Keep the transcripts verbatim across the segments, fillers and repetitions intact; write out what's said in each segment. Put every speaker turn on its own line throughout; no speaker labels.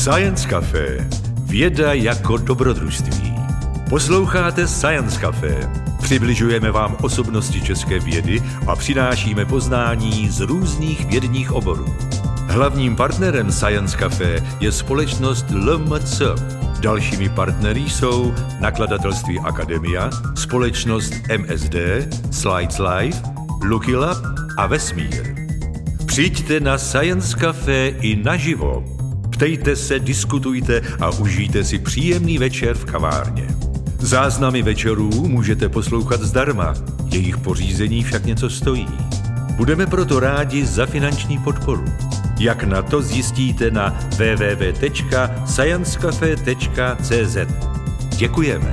Science Café. Věda jako dobrodružství. Posloucháte Science Café. Přibližujeme vám osobnosti české vědy a přinášíme poznání z různých vědních oborů. Hlavním partnerem Science Café je společnost L M C. Dalšími partnery jsou nakladatelství Akademia, společnost M S D, Slides Live, Lucky Lab a Vesmír. Přijďte na Science Café i naživo. Ptejte se, diskutujte a užijte si příjemný večer v kavárně. Záznamy večerů můžete poslouchat zdarma, jejich pořízení však něco stojí. Budeme proto rádi za finanční podporu. Jak na to zjistíte na w w w tečka science cafe tečka c z. Děkujeme.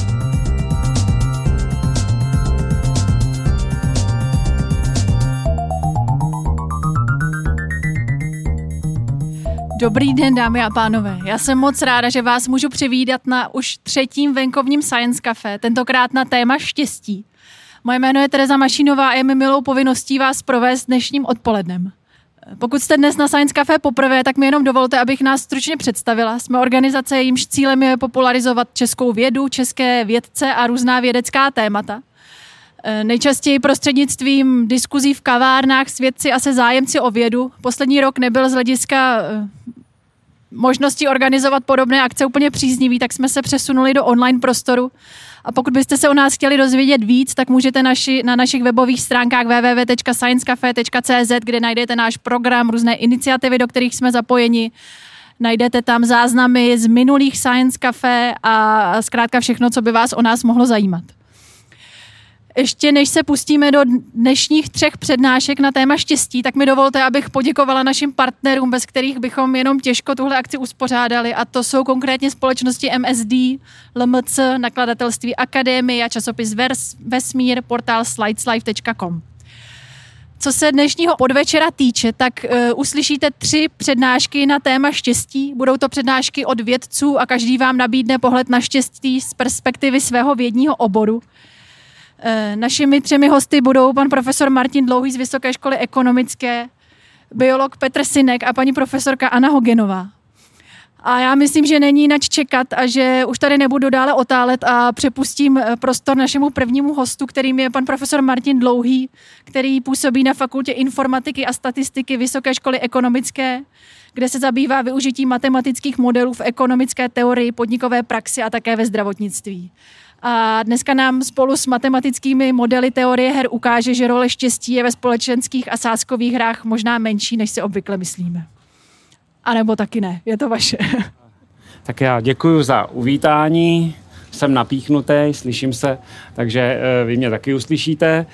Dobrý den, dámy a pánové. Já jsem moc ráda, že vás můžu přivítat na už třetím venkovním Science Café, tentokrát na téma štěstí. Moje jméno je Tereza Mašínová a je mi milou povinností vás provést dnešním odpolednem. Pokud jste dnes na Science Café poprvé, tak mi jenom dovolte, abych nás stručně představila. Jsme organizace, jejímž cílem je popularizovat českou vědu, české vědce a různá vědecká témata. Nejčastěji prostřednictvím diskuzí v kavárnách s vědci a se zájemci o vědu. Poslední rok nebyl z hlediska možnosti organizovat podobné akce úplně příznivý, tak jsme se přesunuli do online prostoru. A pokud byste se o nás chtěli dozvědět víc, tak můžete naši, na našich webových stránkách w w w tečka science cafe tečka c z, kde najdete náš program, různé iniciativy, do kterých jsme zapojeni. Najdete tam záznamy z minulých Science Café a zkrátka všechno, co by vás o nás mohlo zajímat. Ještě než se pustíme do dnešních třech přednášek na téma štěstí, tak mi dovolte, abych poděkovala našim partnerům, bez kterých bychom jenom těžko tuhle akci uspořádali, a to jsou konkrétně společnosti M S D, L M C, nakladatelství Akademia, časopis Vers, Vesmír, portál slideslive tečka com. Co se dnešního podvečera týče, tak uh, uslyšíte tři přednášky na téma štěstí. Budou to přednášky od vědců a každý vám nabídne pohled na štěstí z perspektivy svého vědního oboru. Našimi třemi hosty budou pan profesor Martin Dlouhý z Vysoké školy ekonomické, biolog Petr Synek a paní profesorka Anna Hogenová. A já myslím, že není nač čekat a že už tady nebudu dále otálet a přepustím prostor našemu prvnímu hostu, kterým je pan profesor Martin Dlouhý, který působí na Fakultě informatiky a statistiky Vysoké školy ekonomické, kde se zabývá využitím matematických modelů v ekonomické teorii, podnikové praxi a také ve zdravotnictví. A dneska nám spolu s matematickými modely teorie her ukáže, že role štěstí je ve společenských a sázkových hrách možná menší, než si obvykle myslíme. A nebo taky ne, je to vaše.
Tak já děkuji za uvítání, jsem napíchnutý, slyším se, takže vy mě taky uslyšíte.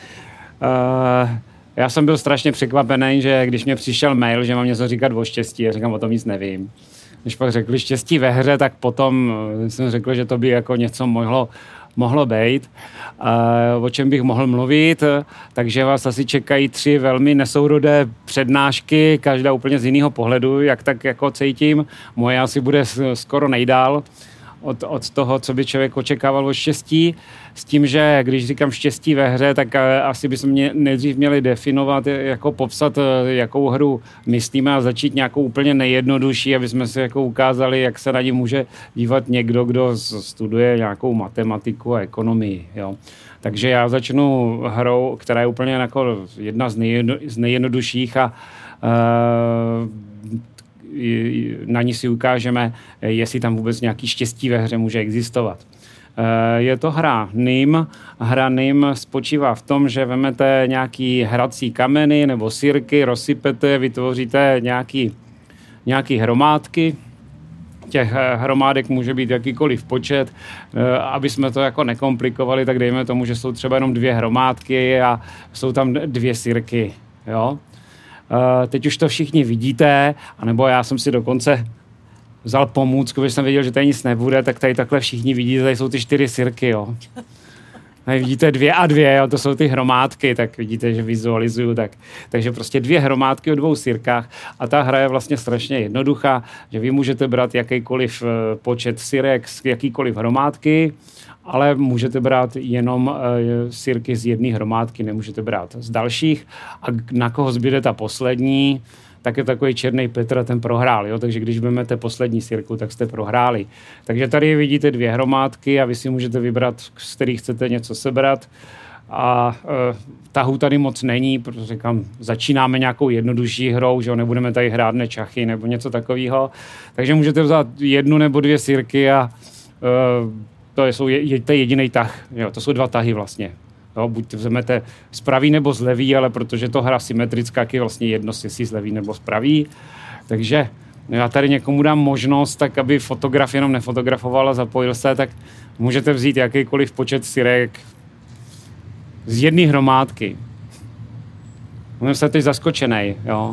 Já jsem byl strašně překvapený, že když mě přišel mail, že mám něco říkat o štěstí, já říkám, o tom nic nevím. Když pak řekli štěstí ve hře, tak potom jsem řekl, že to by jako něco mohlo, mohlo být, uh, o čem bych mohl mluvit. Takže vás asi čekají tři velmi nesourodé přednášky, každá úplně z jiného pohledu, jak tak jako cítím. Moje asi bude skoro nejdál od, od toho, co by člověk očekával od štěstí. S tím, že když říkám štěstí ve hře, tak asi bychom mě nejdřív měli definovat, jako popsat, jakou hru myslíme a začít nějakou úplně nejjednodušší, aby jsme si jako ukázali, jak se na ní může dívat někdo, kdo studuje nějakou matematiku a ekonomii. Jo. Takže já začnu hrou, která je úplně jako jedna z, nejjedno, z nejjednodušších a uh, na ní si ukážeme, jestli tam vůbec nějaký štěstí ve hře může existovat. Je to hra N I M. Hra N I M spočívá v tom, že vezmete nějaký hrací kameny nebo sirky, rozsypete, vytvoříte nějaký, nějaký hromádky. Těch hromádek může být jakýkoliv počet. Aby jsme to jako nekomplikovali, tak dejme tomu, že jsou třeba jenom dvě hromádky a jsou tam dvě sirky. Jo? Teď už to všichni vidíte, anebo já jsem si dokonce vzal pomůcku, když jsem věděl, že tady nic nebude, tak tady takhle všichni vidíte, tady jsou ty čtyři sirky, jo. Tady vidíte dvě a dvě, jo, to jsou ty hromádky, tak vidíte, že vizualizuju, tak. Takže prostě dvě hromádky o dvou sirkách a ta hra je vlastně strašně jednoduchá, že vy můžete brát jakýkoliv počet sirek z jakýkoliv hromádky, ale můžete brát jenom uh, sirky z jedné hromádky, nemůžete brát z dalších. A na koho zbyde ta poslední, tak je takový černý Petr a ten prohrál. Jo? Takže když vezmete poslední sirku, tak jste prohráli. Takže tady vidíte dvě hromádky a vy si můžete vybrat, z kterých chcete něco sebrat. A e, tahu tady moc není, protože říkám, začínáme nějakou jednodušší hrou, že jo? Nebudeme tady hrát nečachy nebo něco takového. Takže můžete vzát jednu nebo dvě sirky a e, to je, jsou, je, to je jediný tah. Jo? To jsou dva tahy vlastně. Jo, buď vezmete z pravý nebo z levý, ale protože to hra symetrická, je vlastně jedno, jestli z levý nebo z pravý. Takže já tady někomu dám možnost, tak aby fotograf jenom nefotografoval a zapojil se, tak můžete vzít jakýkoliv počet sirek z jedné hromádky. On se teď zaskočenej, jo.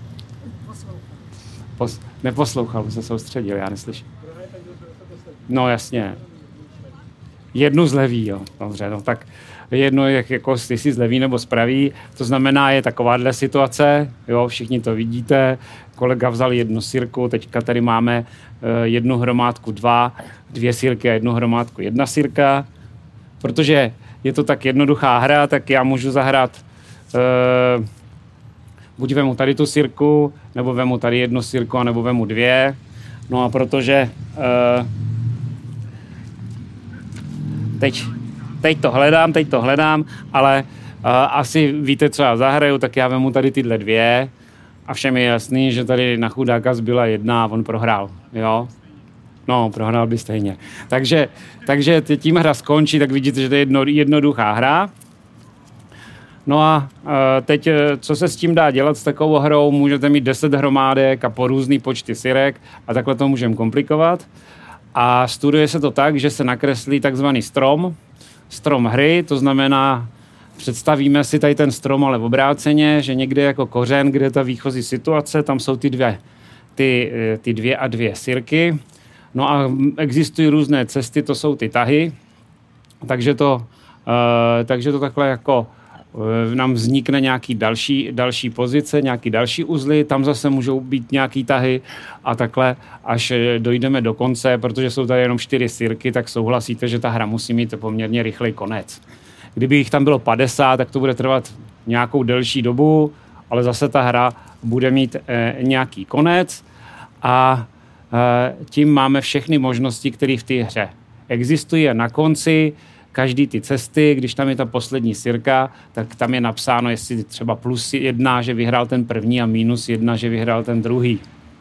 Pos- neposlouchal, se soustředil, já neslyším. No jasně. Jednu z levý, jo. Dobře, no tak jedno, jak, jako jestli z levý nebo z pravý, to znamená, je takováhle situace, jo, všichni to vidíte, kolega vzal jednu sirku, teďka tady máme uh, jednu hromádku dva, dvě sirky a jednu hromádku jedna sirka, protože je to tak jednoduchá hra, tak já můžu zahrát uh, buď vemu tady tu sirku, nebo vemu tady jednu sirku, nebo vemu dvě, no a protože uh, teď Teď to hledám, teď to hledám, ale uh, asi víte, co já zahraju, tak já vemu tady tyhle dvě a všem je jasný, že tady na chudáka zbyla jedna a on prohrál, jo? No, prohrál by stejně. Takže, takže tím hra skončí, tak vidíte, že to je jedno, jednoduchá hra. No a uh, teď, co se s tím dá dělat s takovou hrou, můžete mít deset hromádek a po různý počty sirek a takhle to můžeme komplikovat. A studuje se to tak, že se nakreslí takzvaný strom, strom hry, to znamená, představíme si tady ten strom, ale v obráceně, že někde jako kořen, kde je ta výchozí situace, tam jsou ty dvě, ty, ty dvě a dvě sirky. No a existují různé cesty, to jsou ty tahy, takže to, uh, takže to takhle jako uh, nám vznikne nějaký další, další pozice, nějaký další uzly, tam zase můžou být nějaký tahy a takhle, až dojdeme do konce, protože jsou tady jenom čtyři sirky, tak souhlasíte, že ta hra musí mít poměrně rychlej konec. Kdyby jich tam bylo padesát, tak to bude trvat nějakou delší dobu, ale zase ta hra bude mít eh, nějaký konec a eh, tím máme všechny možnosti, které v té hře existují a na konci každý ty cesty, když tam je ta poslední sirka, tak tam je napsáno, jestli třeba plus jedna, že vyhrál ten první a minus jedna, že vyhrál ten druhý.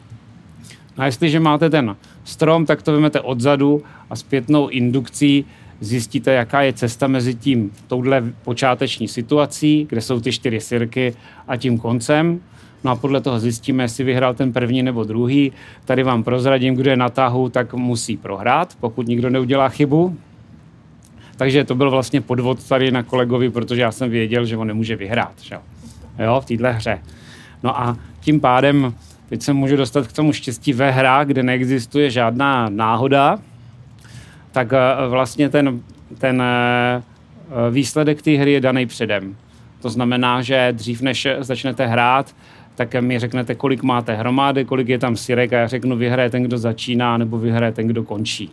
A jestliže máte ten strom, tak to vezmete odzadu a zpětnou indukcí zjistíte, jaká je cesta mezi tím touhle počáteční situací, kde jsou ty čtyři sirky a tím koncem. No a podle toho zjistíme, jestli vyhrál ten první nebo druhý. Tady vám prozradím, kdo je na tahu, tak musí prohrát, pokud nikdo neudělá chybu. Takže to byl vlastně podvod tady na kolegovi, protože já jsem věděl, že on nemůže vyhrát, že? Jo, v téhle hře. No a tím pádem teď se můžu dostat k tomu štěstí ve hrách, kde neexistuje žádná náhoda, tak vlastně ten, ten výsledek té hry je daný předem. To znamená, že dřív než začnete hrát, tak mi řeknete, kolik máte hromady, kolik je tam sirek a já řeknu, vyhraje ten, kdo začíná, nebo vyhraje ten, kdo končí.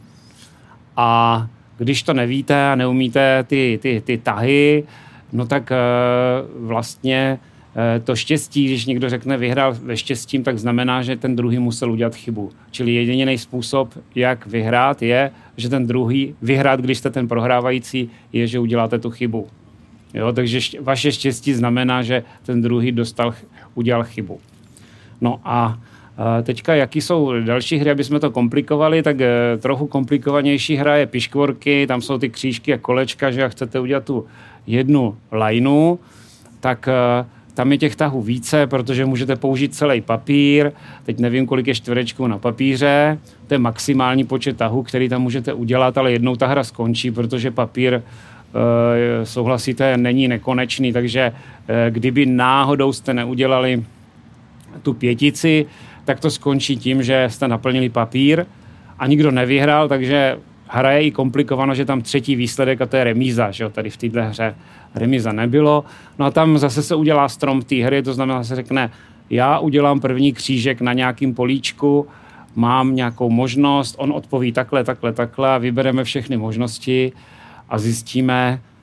A když to nevíte a neumíte ty, ty, ty tahy, no tak vlastně to štěstí, když někdo řekne vyhrál ve štěstím, tak znamená, že ten druhý musel udělat chybu. Čili jediný způsob, jak vyhrát, je, že ten druhý vyhrát, když jste ten prohrávající, je, že uděláte tu chybu. Jo, takže ště, vaše štěstí znamená, že ten druhý dostal, udělal chybu. No a teďka, jaký jsou další hry, aby jsme to komplikovali, tak trochu komplikovanější hra je piškvorky, tam jsou ty křížky a kolečka, že jak chcete udělat tu jednu lajnu, tak tam je těch tahů více, protože můžete použít celý papír. Teď nevím, kolik je čtverečků na papíře. To je maximální počet tahů, který tam můžete udělat, ale jednou ta hra skončí, protože papír, e, souhlasíte, není nekonečný, takže e, kdyby náhodou jste neudělali tu pětici, tak to skončí tím, že jste naplnili papír a nikdo nevyhrál, takže hra je i komplikovaná, že tam třetí výsledek a to je remíza, že jo, tady v této hře remíza nebylo. No a tam zase se udělá strom té hry, to znamená, se řekne, já udělám první křížek na nějakým políčku, mám nějakou možnost, on odpoví takhle, takhle, takhle, vybereme všechny možnosti a zjistíme,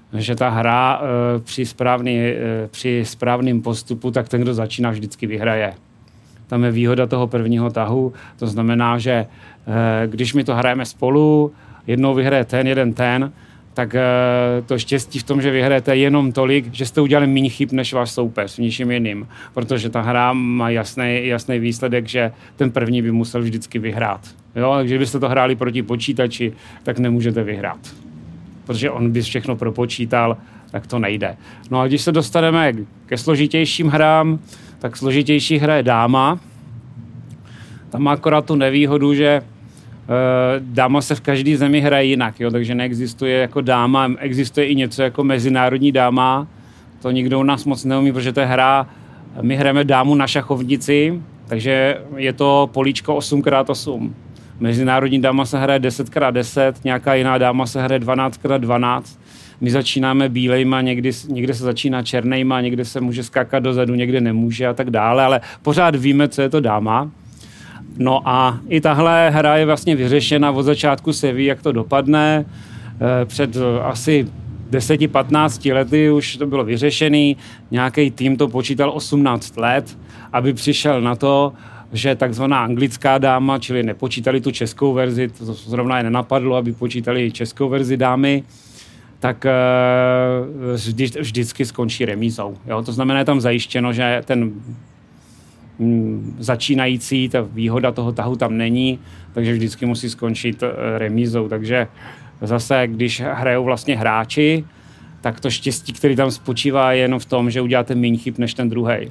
že ta hra e, při, správný, e, při správném postupu, tak ten, kdo začíná, vždycky vyhraje. Tam je výhoda toho prvního tahu, to znamená, že e, když my to hrajeme spolu, jednou vyhraje ten, jeden ten, tak e, to štěstí v tom, že vyhrajete jenom tolik, že jste udělali méně chyb než váš soupeř, ničím jiným. Protože ta hra má jasný, jasný výsledek, že ten první by musel vždycky vyhrát. Jo? Takže kdybyste to hráli proti počítači, tak nemůžete vyhrát. Protože on by všechno propočítal, tak to nejde. No a když se dostaneme ke složitějším hrám, tak složitější hra je dáma. Tam má akorát tu nevýhodu, že e, dáma se v každé zemi hraje jinak, jo? Takže neexistuje jako dáma, existuje i něco jako mezinárodní dáma. To nikdo u nás moc neumí, protože to je hra, my hrajeme dámu na šachovnici, takže je to políčko osm krát osm. Mezinárodní dáma se hraje deset krát deset, nějaká jiná dáma se hraje dvanáct krát dvanáct. My začínáme bílejma, někdy, někde se začíná černejma, někde se může skákat dozadu, někde nemůže a tak dále, ale pořád víme, co je to dáma. No a i tahle hra je vlastně vyřešena, od začátku se ví, jak to dopadne. Před asi deset patnáct lety už to bylo vyřešený, nějaký tým to počítal osmnáct let, aby přišel na to, že takzvaná anglická dáma, čili nepočítali tu českou verzi, to zrovna je nenapadlo, aby počítali českou verzi dámy, tak vždy, vždycky skončí remízou. Jo? To znamená, je tam zajištěno, že ten začínající, ta výhoda toho tahu tam není, takže vždycky musí skončit remízou. Takže zase, když hrajou vlastně hráči, tak to štěstí, který tam spočívá, je jenom v tom, že uděláte méně chyb než ten druhej.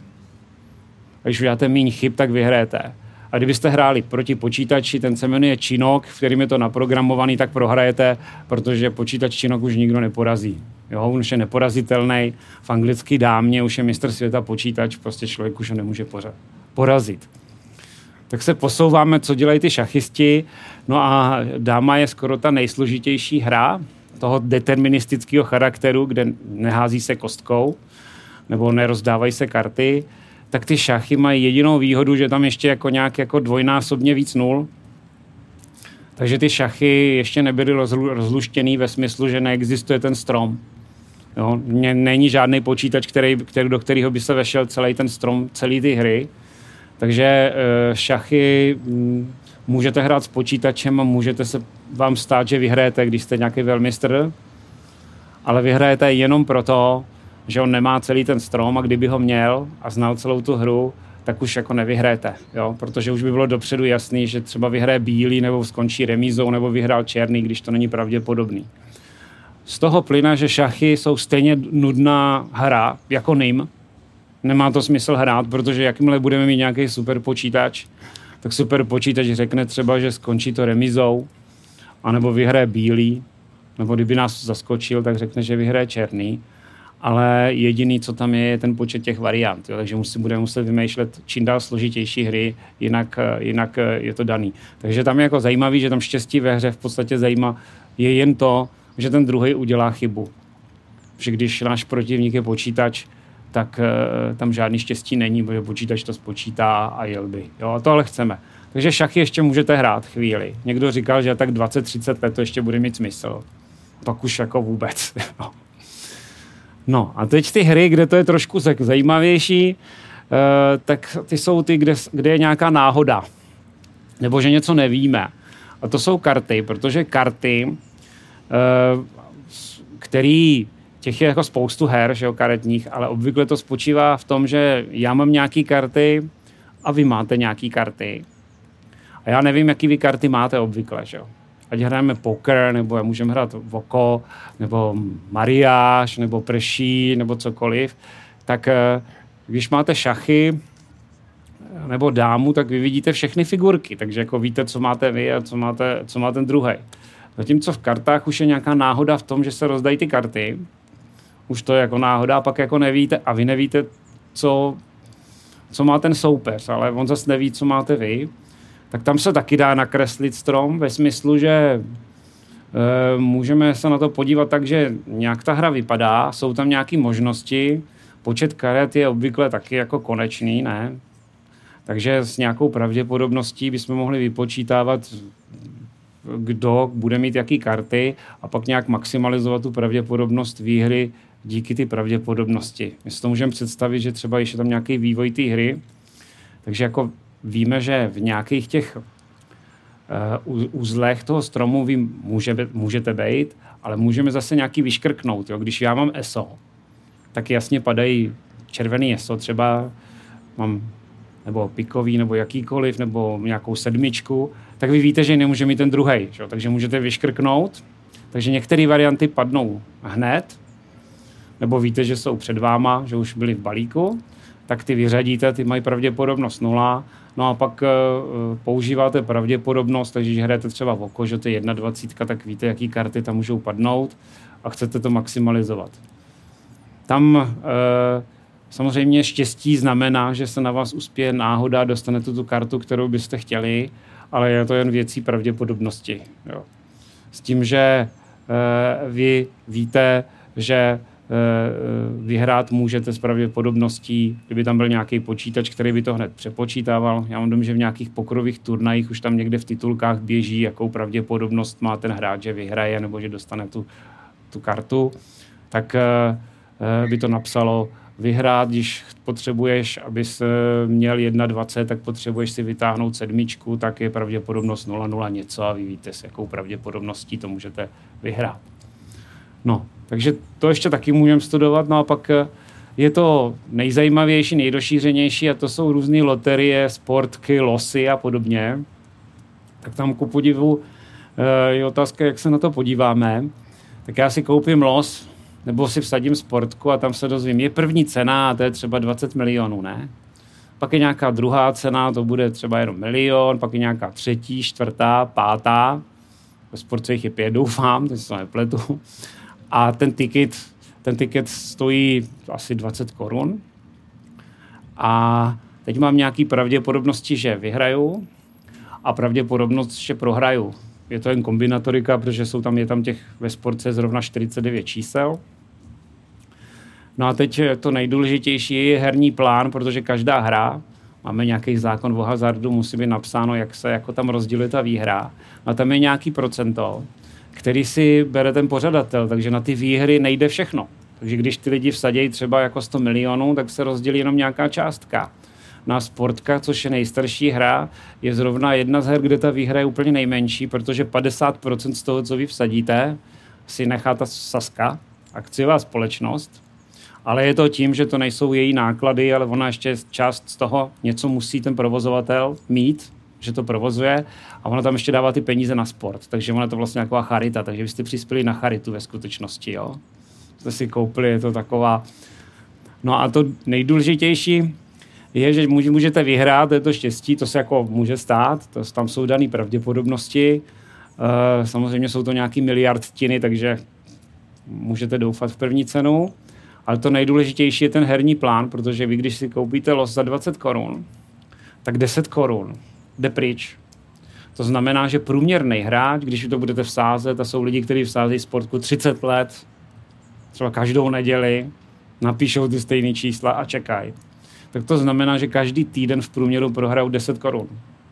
A když uděláte méně chyb, tak vyhrajete. A kdybyste hráli proti počítači, ten se jmenuje Činok, v kterým je to naprogramovaný, tak prohrajete, protože počítač Činok už nikdo neporazí. Jo, už je neporazitelný. V anglické dámě už je mistr světa počítač, prostě člověk už ho nemůže porazit. Tak se posouváme, co dělají ty šachisti. No a dáma je skoro ta nejsložitější hra toho deterministického charakteru, kde nehází se kostkou nebo nerozdávají se karty. Tak ty šachy mají jedinou výhodu, že tam ještě jako nějak jako dvojnásobně víc nul. Takže ty šachy ještě nebyly rozluštěný ve smyslu, že neexistuje ten strom. Jo? Není žádný počítač, který, který, do kterého by se vešel celý ten strom, celý ty hry. Takže šachy můžete hrát s počítačem a můžete se vám stát, že vyhrajete, když jste nějaký velmistr, ale vyhrajete jenom proto, že on nemá celý ten strom a kdyby ho měl a znal celou tu hru, tak už jako nevyhrajete, jo? Protože už by bylo dopředu jasný, že třeba vyhraje bílý nebo skončí remízou nebo vyhrál černý, když to není pravděpodobný. Z toho plyne, že šachy jsou stejně nudná hra jako nim. Nemá to smysl hrát, protože jakmile budeme mít nějaký super počítač, tak super počítač řekne třeba, že skončí to remízou, anebo vyhraje bílý, nebo kdyby nás zaskočil, tak řekne, že vyhraje černý. Ale jediný, co tam je, je ten počet těch variant. Jo? Takže musí, budeme muset vymýšlet čím dál složitější hry, jinak, jinak je to daný. Takže tam je jako zajímavý, že tam štěstí ve hře v podstatě zajímá je jen to, že ten druhý udělá chybu. Že když náš protivník je počítač, tak uh, tam žádný štěstí není, protože počítač to spočítá a jel by. Jo? A to ale chceme. Takže šachy ještě můžete hrát chvíli. Někdo říkal, že tak dvacet třicet let to ještě bude mít smysl. Pak už jako vůbec. No a teď ty hry, kde to je trošku zajímavější, eh, tak ty jsou ty, kde, kde je nějaká náhoda. Nebo že něco nevíme. A to jsou karty, protože karty, eh, který, těch je jako spoustu her, že jo, karetních, ale obvykle to spočívá v tom, že já mám nějaký karty a vy máte nějaký karty. A já nevím, jaký vy karty máte obvykle, že jo. Ať hrajeme poker, nebo můžeme hrát voko, nebo mariáž, nebo prší, nebo cokoliv, tak když máte šachy nebo dámu, tak vy vidíte všechny figurky, takže jako víte, co máte vy a co máte, co má ten druhý. Zatímco v kartách už je nějaká náhoda v tom, že se rozdají ty karty, už to je jako náhoda, a pak jako nevíte, a vy nevíte, co, co má ten soupeř, ale on zase neví, co máte vy. Tak tam se taky dá nakreslit strom ve smyslu, že e, můžeme se na to podívat tak, že nějak ta hra vypadá, jsou tam nějaké možnosti, počet karet je obvykle taky jako konečný, ne? Takže s nějakou pravděpodobností bychom mohli vypočítávat kdo bude mít jaký karty a pak nějak maximalizovat tu pravděpodobnost výhry díky ty pravděpodobnosti. My si to můžeme představit, že třeba ještě tam nějaký vývoj té hry, takže jako víme, že v nějakých těch uh, uzlech toho stromu vy může, můžete být, ale můžeme zase nějaký vyškrknout. Jo? Když já mám E S O, tak jasně padají červený E S O, třeba mám nebo pikový, nebo jakýkoliv, nebo nějakou sedmičku, tak vy víte, že nemůže mít ten druhej, že? Takže můžete vyškrknout. Takže některé varianty padnou hned, nebo víte, že jsou před váma, že už byly v balíku, tak ty vyřadíte, ty mají pravděpodobnost nula, no a pak uh, používáte pravděpodobnost, takže když hrajete třeba v oko, že to je dvacet jedna, tak víte, jaký karty tam můžou padnout a chcete to maximalizovat. Tam uh, samozřejmě štěstí znamená, že se na vás uspěje náhoda, dostanete tu kartu, kterou byste chtěli, ale je to jen věcí pravděpodobnosti. Jo. S tím, že e, vy víte, že e, vyhrát můžete s pravděpodobností, kdyby tam byl nějaký počítač, který by to hned přepočítával. Já mám dom, že v nějakých pokrových turnajích už tam někde v titulkách běží, jakou pravděpodobnost má ten hráč, že vyhraje nebo že dostane tu, tu kartu. Tak e, by to napsalo vyhrát, když potřebuješ, abys měl dvacet jedna, tak potřebuješ si vytáhnout sedmičku, tak je pravděpodobnost nula nula něco a vy víte, s jakou pravděpodobností to můžete vyhrát. No, takže to ještě taky můžeme studovat, no a pak je to nejzajímavější, nejrozšířenější a to jsou různé loterie, sportky, losy a podobně. Tak tam ku podivu je otázka, jak se na to podíváme. Tak já si koupím los, nebo si vsadím sportku a tam se dozvím, je první cena a to je třeba dvacet milionů, ne? Pak je nějaká druhá cena, to bude třeba jenom milion, pak je nějaká třetí, čtvrtá, pátá. Ve sportce jich je pět, doufám, teď se to nepletu. A ten tiket, ten tiket stojí asi dvacet korun. A teď mám nějaký pravděpodobnosti, že vyhraju a pravděpodobnost, že prohraju. Je to jen kombinatorika, protože jsou tam, je tam těch ve sportce zrovna čtyřicet devět čísel. No a teď to nejdůležitější je herní plán, protože každá hra, máme nějaký zákon o hazardu, musí být napsáno, jak se jako tam rozděluje ta výhra. A tam je nějaký procento, který si bere ten pořadatel, takže na ty výhry nejde všechno. Takže když ty lidi vsadějí třeba jako sto milionů, tak se rozdělí jenom nějaká částka. Na sportka, což je nejstarší hra, je zrovna jedna z her, kde ta výhra je úplně nejmenší, protože padesát procent z toho, co vy vsadíte, si nechá ta Sazka, akciová společnost, ale je to tím, že to nejsou její náklady, ale ona ještě část z toho něco musí ten provozovatel mít, že to provozuje a ona tam ještě dává ty peníze na sport, takže ona je to vlastně taková charita, takže vy jste přispěli na charitu ve skutečnosti, jo. Jste si koupili, je to taková... No a to nejdůležitější je, že můžete vyhrát, je to štěstí, to se jako může stát, to, tam jsou dané pravděpodobnosti, e, samozřejmě jsou to nějaký miliardtiny, takže můžete doufat v první cenu, ale to nejdůležitější je ten herní plán, protože vy, když si koupíte los za dvacet korun, tak deset korun jde pryč. To znamená, že průměrný hráč, když to budete vsázet, a jsou lidi, kteří vsázejí sportku třicet let, třeba každou neděli, napíšou ty stejné čísla a čekají. Tak to znamená, že každý týden v průměru prohrajou deset korun.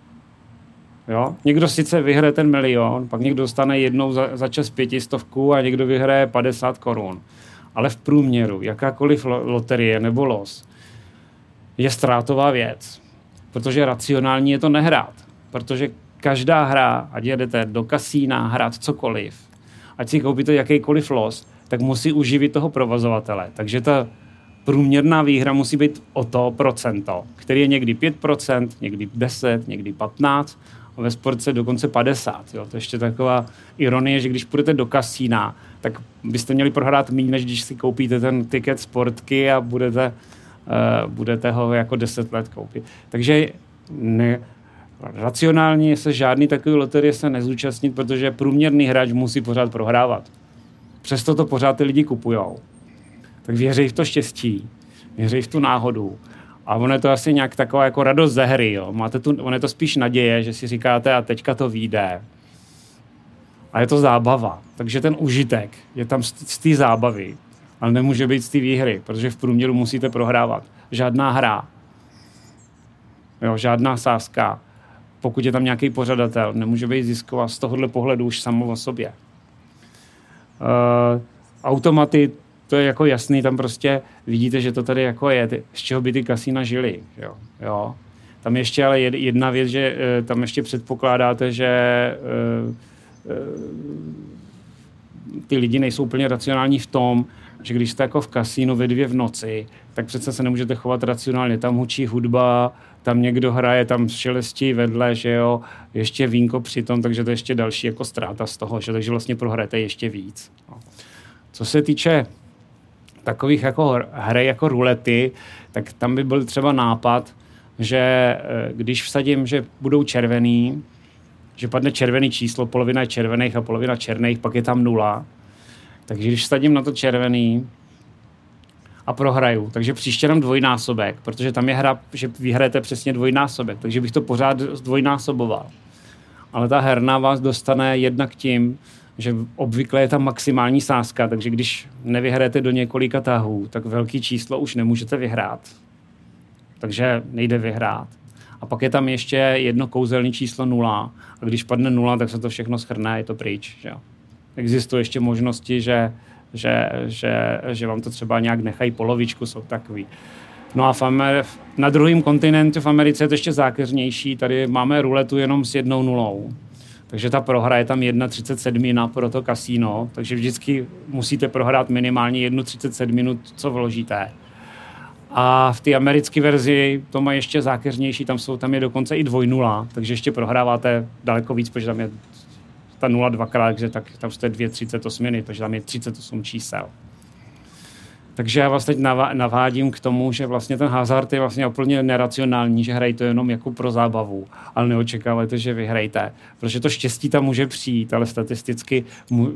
Jo? Někdo sice vyhraje ten milion, pak někdo dostane jednou za, za čas pětistovku a někdo vyhraje padesát korun. Ale v průměru jakákoliv loterie nebo los je ztrátová věc. Protože racionální je to nehrát. Protože každá hra, ať jedete do kasína, hrát cokoliv, ať si koupíte jakýkoliv los, tak musí uživit toho provozovatele. Takže ta průměrná výhra musí být o to procento, který je někdy pět procent, někdy deset, někdy patnáct a ve sportce dokonce padesát. Jo. To je ještě taková ironie, že když půjdete do kasína, tak byste měli prohrát méně, než když si koupíte ten tiket sportky a budete, uh, budete ho jako deset let koupit. Takže ne, racionálně se žádný takový loterie se nezúčastnit, protože průměrný hráč musí pořád prohrávat. Přesto to pořád ty lidi kupujou. Tak věří v to štěstí, věří v tu náhodu. A ono je to asi nějak taková jako radost ze hry. Jo. Máte tu, ono je to spíš naděje, že si říkáte a teďka to vyjde. A je to zábava. Takže ten užitek je tam z, z té zábavy, ale nemůže být z té výhry, protože v průměru musíte prohrávat. Žádná hra, jo, žádná sázka pokud je tam nějaký pořadatel, nemůže být zisková z tohohle pohledu už samo o sobě. Uh, automaty, to je jako jasný, tam prostě vidíte, že to tady jako je, ty, z čeho by ty kasína žily. Jo, jo. Tam ještě ale jedna věc, že uh, tam ještě předpokládáte, že uh, uh, ty lidi nejsou úplně racionální v tom, že když jste jako v kasínu ve dvě v noci, tak přece se nemůžete chovat racionálně. Tam hučí hudba, tam někdo hraje, tam šelestí vedle, že jo, ještě vínko přitom, takže to je ještě další jako ztráta z toho, že takže vlastně prohrajete ještě víc. No. Co se týče takových jako hry jako rulety, tak tam by byl třeba nápad, že když vsadím, že budou červený, že padne červený číslo, polovina je červených a polovina černých, pak je tam nula. Takže když vsadím na to červený a prohraju, takže příště dám dvojnásobek, protože tam je hra, že vyhrajete přesně dvojnásobek, takže bych to pořád zdvojnásoboval. Ale ta herna vás dostane jednak tím, že obvykle je tam maximální sázka, takže když nevyhrajete do několika tahů, tak velký číslo už nemůžete vyhrát. Takže nejde vyhrát. A pak je tam ještě jedno kouzelné číslo nula. A když padne nula, tak se to všechno shrne, je to pryč. Že? Existují ještě možnosti, že, že, že, že vám to třeba nějak nechají polovičku, jsou takový. No a v Amer- na druhém kontinentu v Americe je to ještě zákeřnější. Tady máme ruletu jenom s jednou nulou. Takže ta prohra je tam jedna třicet sedm pro to kasíno. Takže vždycky musíte prohrát minimálně jedna třicet sedm, co vložíte. A v té americké verzi to má ještě zákeřnější, tam, jsou, tam je dokonce i dvojnula, takže ještě prohráváte daleko víc, protože tam je ta nula dvakrát, takže tak, tam jste dvě třicet osm, protože tam je třicet osm čísel. Takže já vás teď navádím k tomu, že vlastně ten hazard je vlastně úplně neracionální, že hrajte jenom jako pro zábavu, ale neočekávajte, že vyhrajte, protože to štěstí tam může přijít, ale statisticky mu,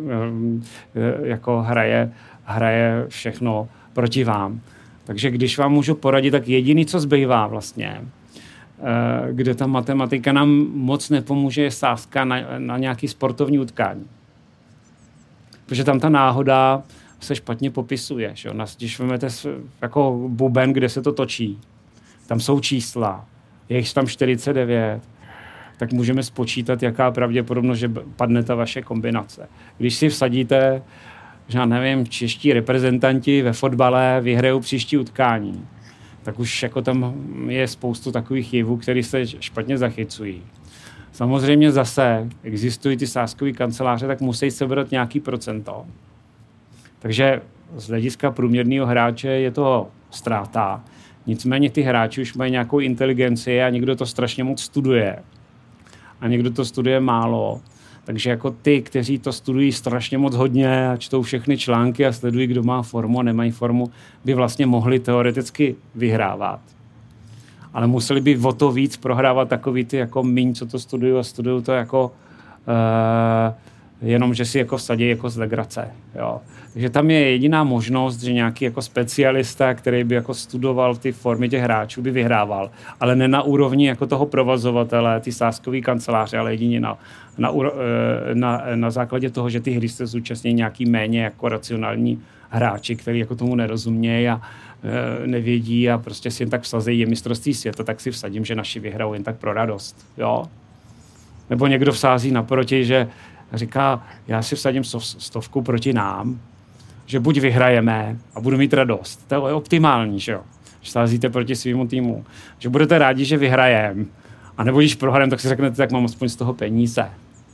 jako hraje, hraje všechno proti vám. Takže když vám můžu poradit, tak jediný, co zbývá vlastně, kde ta matematika nám moc nepomůže, je sázka na, na nějaký sportovní utkání. Protože tam ta náhoda se špatně popisuje. Že? Když vezmete jako buben, kde se to točí, tam jsou čísla, je jich tam čtyřicet devět, tak můžeme spočítat, jaká pravděpodobnost, že padne ta vaše kombinace. Když si vsadíte, že já nevím, čeští reprezentanti ve fotbale vyhrajou příští utkání, tak už jako tam je spoustu takových jevů, které se špatně zachycují. Samozřejmě zase existují ty sázkové kanceláře, tak musí sebrat nějaký procento. Takže z hlediska průměrného hráče je to ztráta. Nicméně ty hráči už mají nějakou inteligenci a někdo to strašně moc studuje. A někdo to studuje málo. Takže jako ty, kteří to studují strašně moc hodně a čtou všechny články a sledují, kdo má formu a nemají formu, by vlastně mohli teoreticky vyhrávat. Ale museli by o to víc prohrávat takový ty jako míň, co to studují a studují to jako uh, jenom, že si jako vsadí jako z legrace. Jo. Takže tam je jediná možnost, že nějaký jako specialista, který by jako studoval ty formy těch hráčů, by vyhrával. Ale ne na úrovni jako toho provozovatele, ty sázkové kanceláře, ale jedině na, na, na, na základě toho, že ty hry se zúčastní nějaký méně jako racionální hráči, který jako tomu nerozumějí a e, nevědí a prostě si jen tak vsazejí, je mistrovství světa, tak si vsadím, že naši vyhrajou jen tak pro radost. Jo? Nebo někdo vsází naproti, že říká, já si vsadím stovku proti nám, že buď vyhrajeme a budu mít radost. To je optimální, že jo? Že sázíte proti svýmu týmu. Že budete rádi, že vyhrajem. A nebo když prohrajem, tak si řeknete, tak mám aspoň z toho peníze.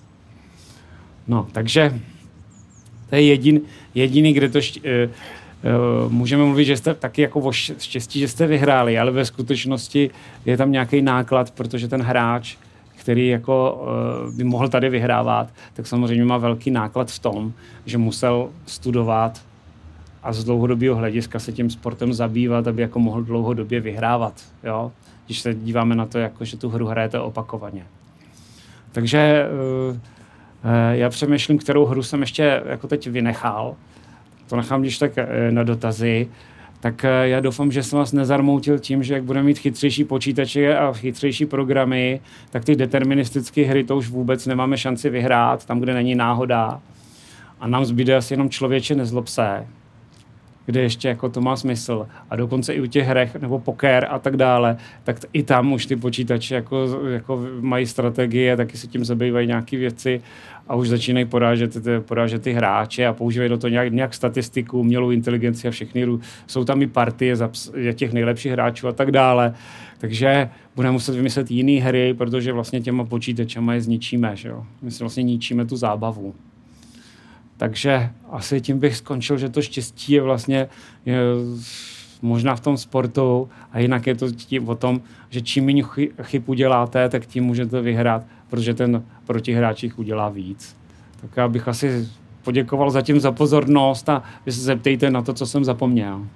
No, takže to je jedin, jediný, kde to šť, uh, uh, můžeme mluvit, že jste taky jako o štěstí, že jste vyhráli, ale ve skutečnosti je tam nějaký náklad, protože ten hráč, který jako uh, by mohl tady vyhrávat, tak samozřejmě má velký náklad v tom, že musel studovat a z dlouhodobého hlediska se tím sportem zabývat, aby jako mohl dlouhodobě vyhrávat. Jo? Když se díváme na to, jako, že tu hru hrajete opakovaně. Takže uh, uh, já přemýšlím, kterou hru jsem ještě jako teď vynechal. To nechám když tak uh, na dotazy. Tak já doufám, že jsem vás nezarmoutil tím, že jak budeme mít chytřejší počítače a chytřejší programy, tak ty deterministické hry to už vůbec nemáme šanci vyhrát, tam, kde není náhoda. A nám zbyde asi jenom člověče nezlob se. kde ještě jako to má smysl. A dokonce i u těch hrech nebo poker a tak dále, tak i tam už ty počítače jako, jako mají strategie, taky se tím zabývají nějaké věci a už začínají porážet, porážet ty hráče a používají do toho nějak, nějak statistiku, umělou inteligenci a všechny. Jsou tam i partie těch nejlepších hráčů a tak dále. Takže budeme muset vymyslet jiné hry, protože vlastně těma počítačema je zničíme. Že jo? My si vlastně ničíme tu zábavu. Takže asi tím bych skončil, že to štěstí je vlastně je možná v tom sportu a jinak je to tím o tom, že čím méně chyb uděláte, tak tím můžete vyhrát, protože ten protihráč jich udělá víc. Tak já bych asi poděkoval zatím za pozornost a vy se zeptejte na to, co jsem zapomněl.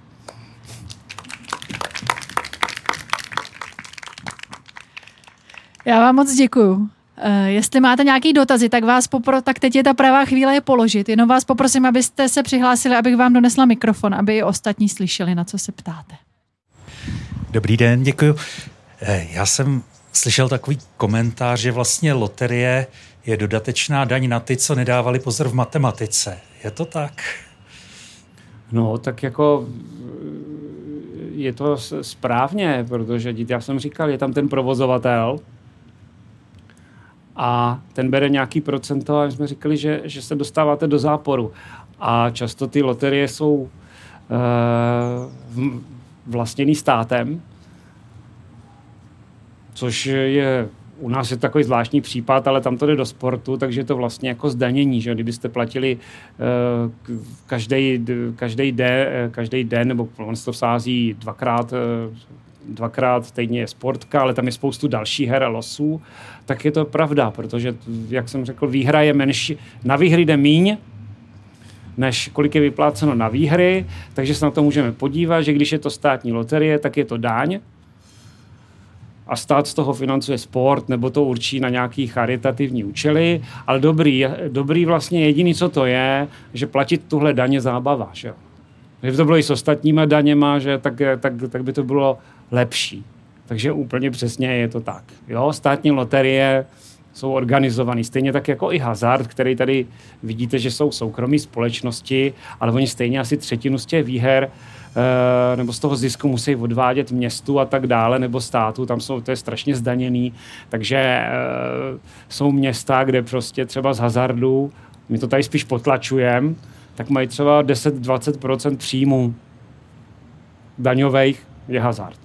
Já vám moc děkuju. Uh, jestli máte nějaký dotazy, tak vás popro, tak teď je ta pravá chvíle je položit. Jenom vás poprosím, abyste se přihlásili, abych vám donesla mikrofon, aby i ostatní slyšeli, na co se ptáte.
Dobrý den, děkuju. Já jsem slyšel takový komentář, že vlastně loterie je dodatečná daň na ty, co nedávali pozor v matematice. Je to tak?
No, tak jako je to správně, protože já jsem říkal, je tam ten provozovatel, a ten bere nějaký procento a jsme říkali, že, že se dostáváte do záporu. A často ty loterie jsou e, vlastněný státem, což je, u nás je takový zvláštní případ, ale tam to jde do sportu, takže je to vlastně jako zdanění, že kdybyste platili e, každý, každý, den, každý den, nebo on se to sází dvakrát, dvakrát týdně je sportka, ale tam je spoustu dalších her a losů, tak je to pravda, protože, jak jsem řekl, výhra je menší, na výhry jde míň, než kolik je vypláceno na výhry, takže se na to můžeme podívat, že když je to státní loterie, tak je to daň a stát z toho financuje sport, nebo to určí na nějaký charitativní účely, ale dobrý, dobrý vlastně jediný, co to je, že platit tuhle daň je zábava, že jo. Kdyby to bylo i s ostatníma daněma, že, tak, tak, tak by to bylo lepší. Takže úplně přesně je to tak. Jo, státní loterie jsou organizovaný stejně tak jako i hazard, který tady vidíte, že jsou soukromí společnosti, ale oni stejně asi třetinu z těch výher e, nebo z toho zisku musí odvádět městu a tak dále, nebo státu, tam jsou, to je strašně zdaněný, takže e, jsou města, kde prostě třeba z hazardu, my to tady spíš potlačujeme, tak mají třeba deset až dvacet procent příjmů daňových je hazard.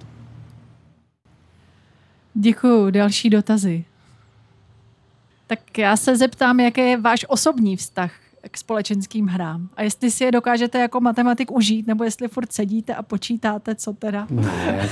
Děkuju. Další dotazy. Tak já se zeptám, jaký je váš osobní vztah k společenským hrám. A jestli si je dokážete jako matematik užít, nebo jestli furt sedíte a počítáte, co teda?
Ne,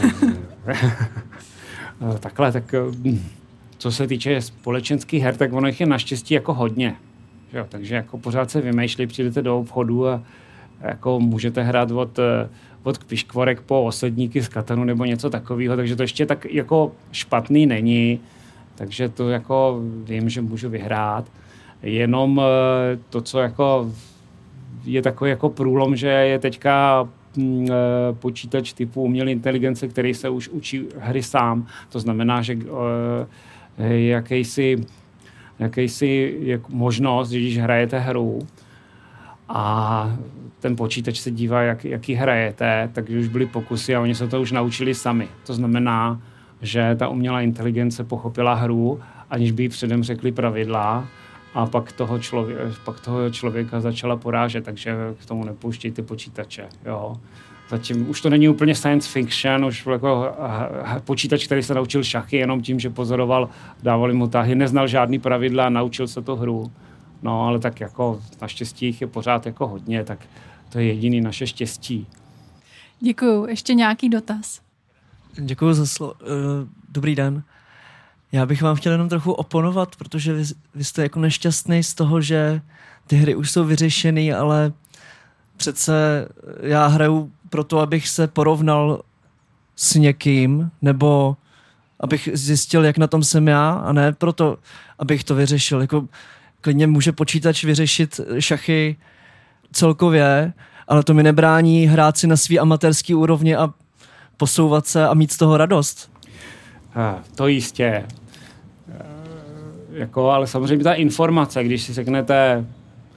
takhle, tak co se týče společenských her, tak ono jich je naštěstí jako hodně. Jo, takže jako pořád se vymýšlí, přijdete do obchodu a jako můžete hrát od, od piškvorek po osedníky z Katanu nebo něco takového, takže to ještě tak jako špatný není, takže to jako vím, že můžu vyhrát. Jenom to, co jako je takový jako průlom, že je teďka počítač typu umělé inteligence, který se už učí hry sám. To znamená, že jakýsi jakýsi jak možnost, že když hrajete hru a ten počítač se dívá, jak, jaký hrajete, takže už byly pokusy a oni se to už naučili sami. To znamená, že ta umělá inteligence pochopila hru, aniž by jí předem řekli pravidla a pak toho, člověk, pak toho člověka začala porážet, takže k tomu nepouštějte počítače. Jo. Zatím už to není úplně science fiction, už jako počítač, který se naučil šachy jenom tím, že pozoroval, dávali mu tahy, neznal žádný pravidla a naučil se to hru. No, ale tak jako naštěstí jich je pořád jako hodně, tak to je jediný naše štěstí.
Děkuju. Ještě nějaký dotaz?
Děkuju za slovo. Dobrý den. Já bych vám chtěl jenom trochu oponovat, protože vy, vy jste jako nešťastný z toho, že ty hry už jsou vyřešený, ale přece já hraju proto, abych se porovnal s někým, nebo abych zjistil, jak na tom jsem já, a ne proto, abych to vyřešil. Jako klidně může počítač vyřešit šachy celkově, ale to mi nebrání hrát si na svý amatérský úrovni a posouvat se a mít z toho radost.
To jistě. Jako, ale samozřejmě ta informace, když si řeknete,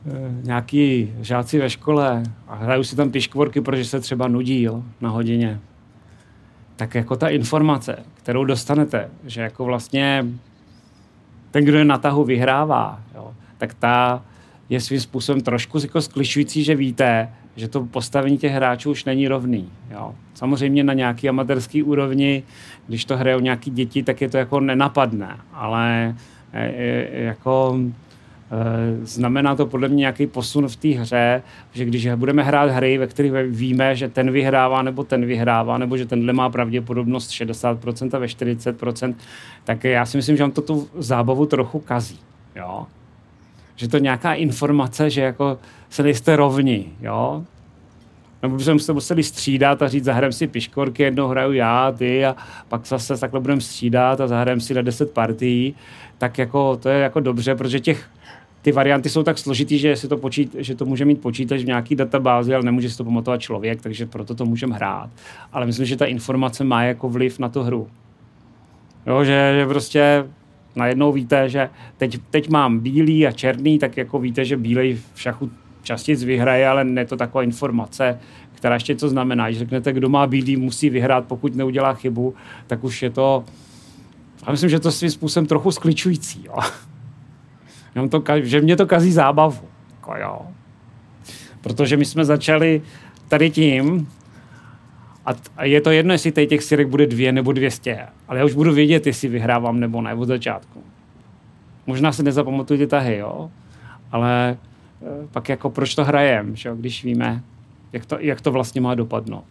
nějaký žáci ve škole a hrajou si tam piškvorky, protože se třeba nudí, jo, na hodině, tak jako ta informace, kterou dostanete, že jako vlastně ten, kdo je na tahu, vyhrává, jo, tak ta je svým způsobem trošku jako skličující, že víte, že to postavení těch hráčů už není rovný. Jo. Samozřejmě na nějaký amatérský úrovni, když to hrajou nějaký děti, tak je to jako nenapadné, ale je, je, jako e, znamená to podle mě nějaký posun v té hře, že když budeme hrát hry, ve kterých víme, že ten vyhrává nebo ten vyhrává, nebo že tenhle má pravděpodobnost šedesát procent a ve čtyřicet procent, tak já si myslím, že on to tu zábavu trochu kazí. Jo. Že to nějaká informace, že jako se nejste rovni, jo. Nebo bychom se museli střídat a říct, zahrajeme si piškorky, jednou hraju já, ty a pak zase takhle budeme střídat a zahrajeme si na deset partií, tak jako to je jako dobře, protože těch, ty varianty jsou tak složitý, že, si to, počít, že to může mít počítač v nějaký databázi, ale nemůže si to pamatovat člověk, takže proto to můžeme hrát. Ale myslím, že ta informace má jako vliv na tu hru. Jo, že, že prostě najednou víte, že teď, teď mám bílý a černý, tak jako víte, že bílej v šachu častěji vyhraje, ale ne to taková informace, která ještě co znamená. Když řeknete, kdo má bílý, musí vyhrát, pokud neudělá chybu, tak už je to... Já myslím, že to svým způsobem trochu skličující. Jo. To, že mě to kazí zábavu. Jako jo. Protože my jsme začali tady tím, a, t- a je to jedno, jestli tady těch sirek bude dvě nebo dvě stě, ale já už budu vědět, jestli vyhrávám nebo ne od začátku. Možná se nezapamatuju ty tahy, jo? Ale e, pak jako proč to hrajem, že jo? Když víme, jak to, jak to vlastně má dopadnout.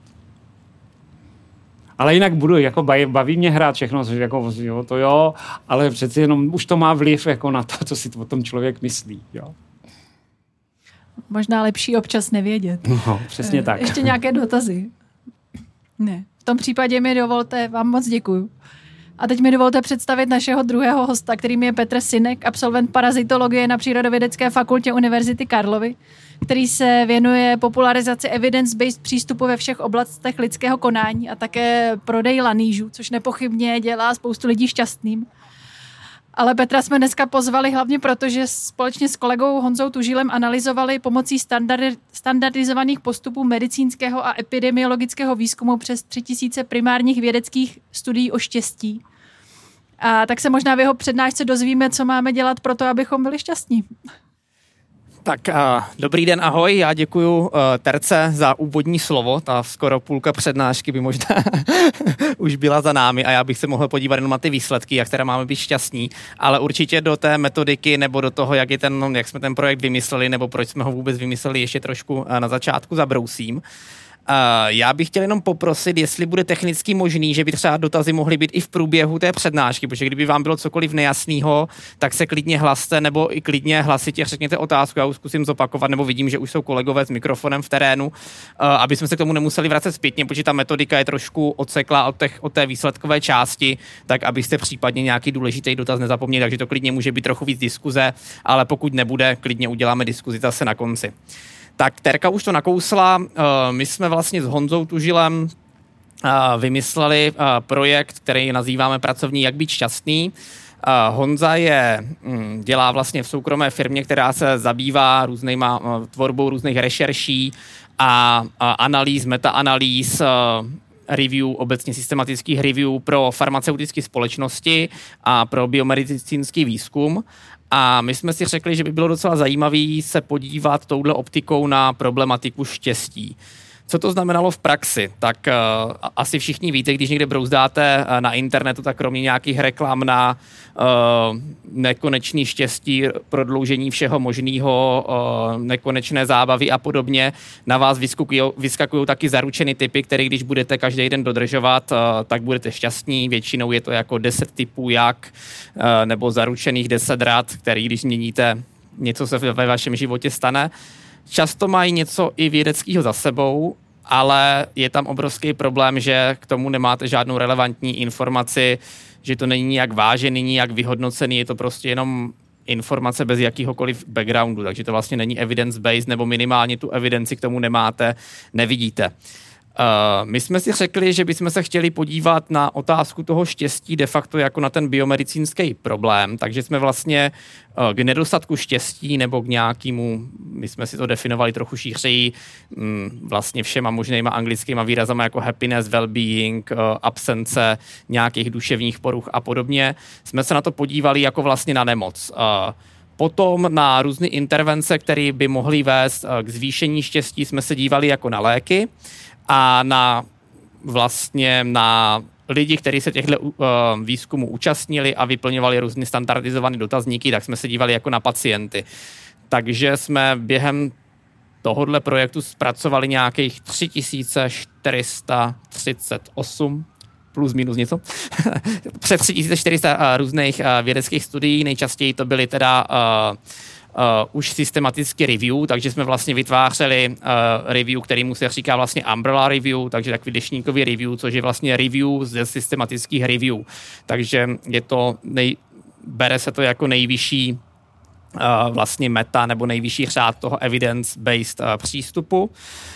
Ale jinak budu, jako baví, baví mě hrát všechno, jako, jo, to jo, ale přeci jenom už to má vliv jako na to, co si o tom člověk myslí, jo.
Možná lepší občas nevědět.
No, přesně e, tak.
Ještě nějaké dotazy? Ne. V tom případě mi dovolte, vám moc děkuju. A teď mi dovolte představit našeho druhého hosta, kterým je Petr Synek, absolvent parazitologie na Přírodovědecké fakultě Univerzity Karlovy, který se věnuje popularizaci evidence-based přístupu ve všech oblastech lidského konání a také prodej lanížů, což nepochybně dělá spoustu lidí šťastným. Ale Petra jsme dneska pozvali hlavně proto, že společně s kolegou Honzou Tužilem analyzovali pomocí standard, standardizovaných postupů medicínského a epidemiologického výzkumu přes tři tisíce primárních vědeckých studií o štěstí. A tak se možná v jeho přednášce dozvíme, co máme dělat pro to, abychom byli šťastní.
Tak uh, dobrý den, ahoj, já děkuju uh, Terce za úvodní slovo, ta skoro půlka přednášky by možná už byla za námi a já bych se mohl podívat jenom na ty výsledky, jak teda máme být šťastní, ale určitě do té metodiky nebo do toho, jak, je ten, jak jsme ten projekt vymysleli nebo proč jsme ho vůbec vymysleli, ještě trošku uh, na začátku zabrousím. Uh, já bych chtěl jenom poprosit, jestli bude technicky možný, že by třeba dotazy mohly být i v průběhu té přednášky, protože kdyby vám bylo cokoliv nejasného, tak se klidně hlaste nebo i klidně hlasitě řekněte otázku, já už zkusím zopakovat, nebo vidím, že už jsou kolegové s mikrofonem v terénu, uh, aby jsme se k tomu nemuseli vracet zpětně, protože ta metodika je trošku odseklá od, těch, od té výsledkové části, tak abyste případně nějaký důležitý dotaz nezapomněli, takže to klidně může být trochu víc diskuze, ale pokud nebude, klidně uděláme diskuzi zase na konci. Tak Terka už to nakousla, my jsme vlastně s Honzou Tužilem vymysleli projekt, který nazýváme pracovní Jak být šťastný. Honza je, dělá vlastně v soukromé firmě, která se zabývá různýma, tvorbou různých rešerší a analýz, metaanalýz, review, obecně systematických review pro farmaceutické společnosti a pro biomedicínský výzkum. A my jsme si řekli, že by bylo docela zajímavé se podívat touhle optikou na problematiku štěstí. Co to znamenalo v praxi? Tak uh, asi všichni víte, když někde brouzdáte uh, na internetu, tak kromě nějakých reklam na uh, nekonečný štěstí, prodloužení všeho možného, uh, nekonečné zábavy a podobně, na vás vyskakují taky zaručený typy, které když budete každý den dodržovat, uh, tak budete šťastní. Většinou je to jako deset typů jak, uh, nebo zaručených deset rad, který když změníte, něco se ve vašem životě stane. Často mají něco i vědeckého za sebou, ale je tam obrovský problém, že k tomu nemáte žádnou relevantní informaci, že to není nijak vážený, nijak vyhodnocený, je to prostě jenom informace bez jakýhokoliv backgroundu, takže to vlastně není evidence-based, nebo minimálně tu evidenci k tomu nemáte, nevidíte. Uh, my jsme si řekli, že bychom se chtěli podívat na otázku toho štěstí de facto jako na ten biomedicínský problém, takže jsme vlastně uh, k nedostatku štěstí nebo k nějakému, my jsme si to definovali trochu šířeji, um, vlastně všema možnýma anglickýma výrazama jako happiness, well-being, uh, absence nějakých duševních poruch a podobně, jsme se na to podívali jako vlastně na nemoc. Uh, Potom na různé intervence, které by mohly vést k zvýšení štěstí, jsme se dívali jako na léky a na vlastně na lidi, kteří se těchto uh, výzkumů účastnili a vyplňovali různé standardizované dotazníky, tak jsme se dívali jako na pacienty. Takže jsme během tohohle projektu zpracovali nějakých tři tisíce čtyři sta třicet osm plus minus něco. Přes tři tisíce čtyři sta uh, různých uh, vědeckých studií, nejčastěji to byly teda uh, uh, už systematicky review, takže jsme vlastně vytvářeli uh, review, kterýmu se říká vlastně umbrella review, takže takový deštníkový review, což je vlastně review ze systematických review. Takže je to nej, bere se to jako nejvyšší uh, vlastně meta nebo nejvyšší řád toho evidence-based uh, přístupu.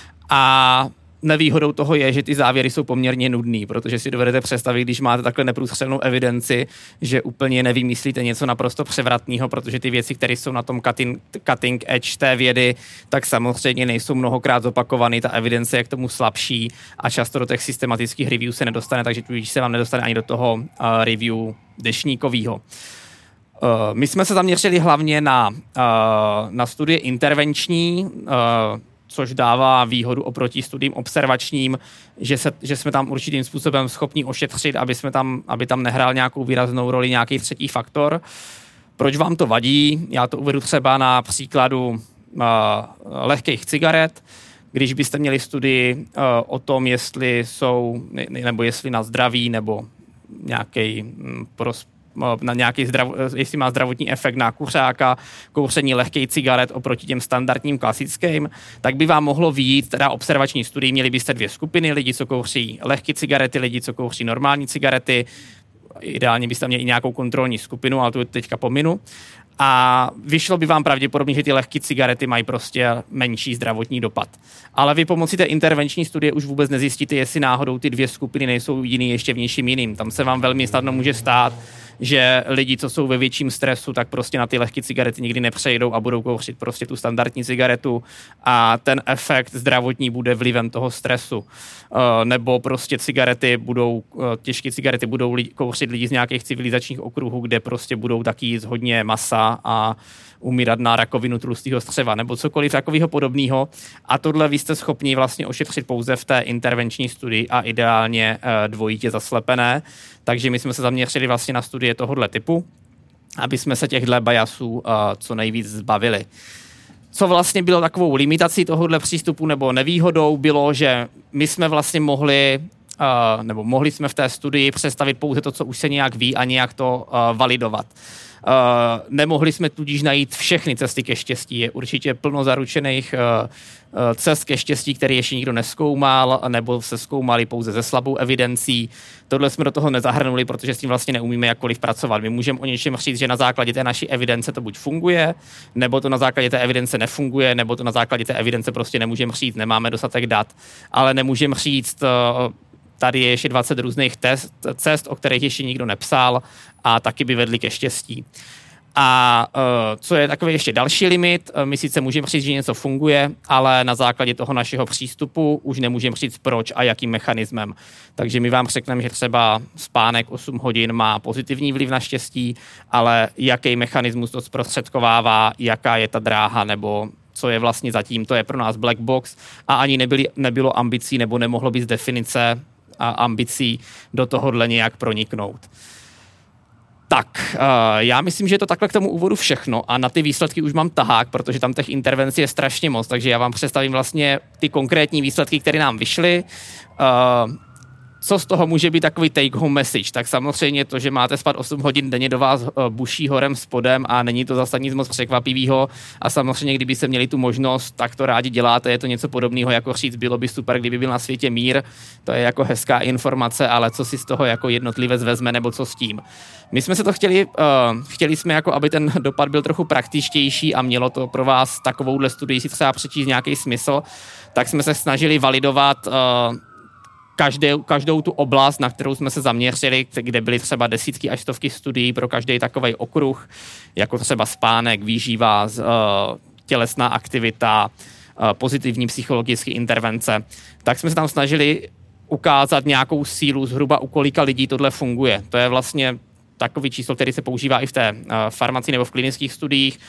A nevýhodou toho je, že ty závěry jsou poměrně nudný, protože si dovedete představit, když máte takhle neprůstřelnou evidenci, že úplně nevymyslíte něco naprosto převratného, protože ty věci, které jsou na tom cutting, cutting edge té vědy, tak samozřejmě nejsou mnohokrát zopakované, ta evidence je k tomu slabší a často do těch systematických review se nedostane, takže tudíž se vám nedostane ani do toho uh, review deštníkovýho. Uh, my jsme se zaměřili hlavně na, uh, na studie intervenční, uh, což dává výhodu oproti studiím observačním, že, se, že jsme tam určitým způsobem schopni ošetřit, aby, jsme tam, aby tam nehrál nějakou výraznou roli nějaký třetí faktor. Proč vám to vadí? Já to uvedu třeba na příkladu uh, lehkých cigaret. Když byste měli studii uh, o tom, jestli jsou, nebo jestli na zdraví, nebo nějaký um, prospěch, na nějaký zdrav, jestli má zdravotní efekt na kuřáka, kouření lehkých cigaret oproti těm standardním klasickým, tak by vám mohlo vyjít teda observační studii. Měli byste dvě skupiny, lidi, co kouří lehké cigarety, lidi, co kouří normální cigarety. Ideálně byste měli i nějakou kontrolní skupinu, ale tu teďka pominu. A vyšlo by vám pravděpodobně, že ty lehké cigarety mají prostě menší zdravotní dopad. Ale vy pomocí té intervenční studie už vůbec nezjistíte, jestli náhodou ty dvě skupiny nejsou jiný ještě v něčím jiným. Tam se vám velmi snadno může stát, že lidi, co jsou ve větším stresu, tak prostě na ty lehké cigarety nikdy nepřejdou a budou kouřit prostě tu standardní cigaretu a ten efekt zdravotní bude vlivem toho stresu. Nebo prostě cigarety budou, těžké cigarety budou kouřit lidi z nějakých civilizačních okruhů, kde prostě budou taky jíst hodně masa a umírat na rakovinu tlustého střeva nebo cokoliv takového podobného. A tohle vy jste schopni vlastně ošetřit pouze v té intervenční studii a ideálně dvojitě zaslepené. Takže my jsme se zaměřili vlastně na studie tohohle typu, aby jsme se těchto biasů uh, co nejvíc zbavili. Co vlastně bylo takovou limitací tohohle přístupu nebo nevýhodou, bylo, že my jsme vlastně mohli, uh, nebo mohli jsme v té studii představit pouze to, co už se nějak ví a nějak to uh, validovat. Uh, nemohli jsme tudíž najít všechny cesty ke štěstí. Je určitě plno zaručených uh, uh, cest ke štěstí, které ještě nikdo nezkoumal, nebo se zkoumali pouze ze slabou evidencí. Tohle jsme do toho nezahrnuli, protože s tím vlastně neumíme jakkoliv pracovat. My můžeme o něčem říct, že na základě té naší evidence to buď funguje, nebo to na základě té evidence nefunguje, nebo to na základě té evidence prostě nemůžeme říct, nemáme dostatek dat, ale nemůžeme říct, uh, tady je ještě dvacet různých test, cest, o kterých ještě nikdo nepsal a taky by vedly ke štěstí. A uh, co je takový ještě další limit, uh, my sice můžeme říct, že něco funguje, ale na základě toho našeho přístupu už nemůžeme říct proč a jakým mechanismem. Takže my vám řekneme, že třeba spánek osm hodin má pozitivní vliv na štěstí, ale jaký mechanismus to zprostředkovává, jaká je ta dráha nebo co je vlastně zatím, to je pro nás black box a ani nebyly, nebylo ambicí nebo nemohlo být z definice a ambicí do tohohle nějak proniknout. Tak, uh, já myslím, že je to takhle k tomu úvodu všechno a na ty výsledky už mám tahák, protože tam těch intervencí je strašně moc, takže já vám představím vlastně ty konkrétní výsledky, které nám vyšly. Uh, co z toho může být takový take home message? Tak samozřejmě to, že máte spát osm hodin denně, do vás buší horem spodem a není to zase nic moc překvapivého a samozřejmě, kdyby se měli tu možnost, tak to rádi děláte, je to něco podobného jako říct, bylo by super, kdyby byl na světě mír, to je jako hezká informace, ale co si z toho jako jednotlivec vezme nebo co s tím. My jsme se to chtěli, uh, chtěli jsme jako, aby ten dopad byl trochu praktičtější a mělo to pro vás takovouhle studii si třeba přečíst nějaký smysl, tak jsme se snažili validovat uh, každé, každou tu oblast, na kterou jsme se zaměřili, kde byly třeba desítky až stovky studií pro každý takovej okruh, jako třeba spánek, výživa, tělesná aktivita, pozitivní psychologické intervence, tak jsme se tam snažili ukázat nějakou sílu zhruba u kolika lidí tohle funguje. To je vlastně takový číslo, který se používá i v té farmacii nebo v klinických studiích.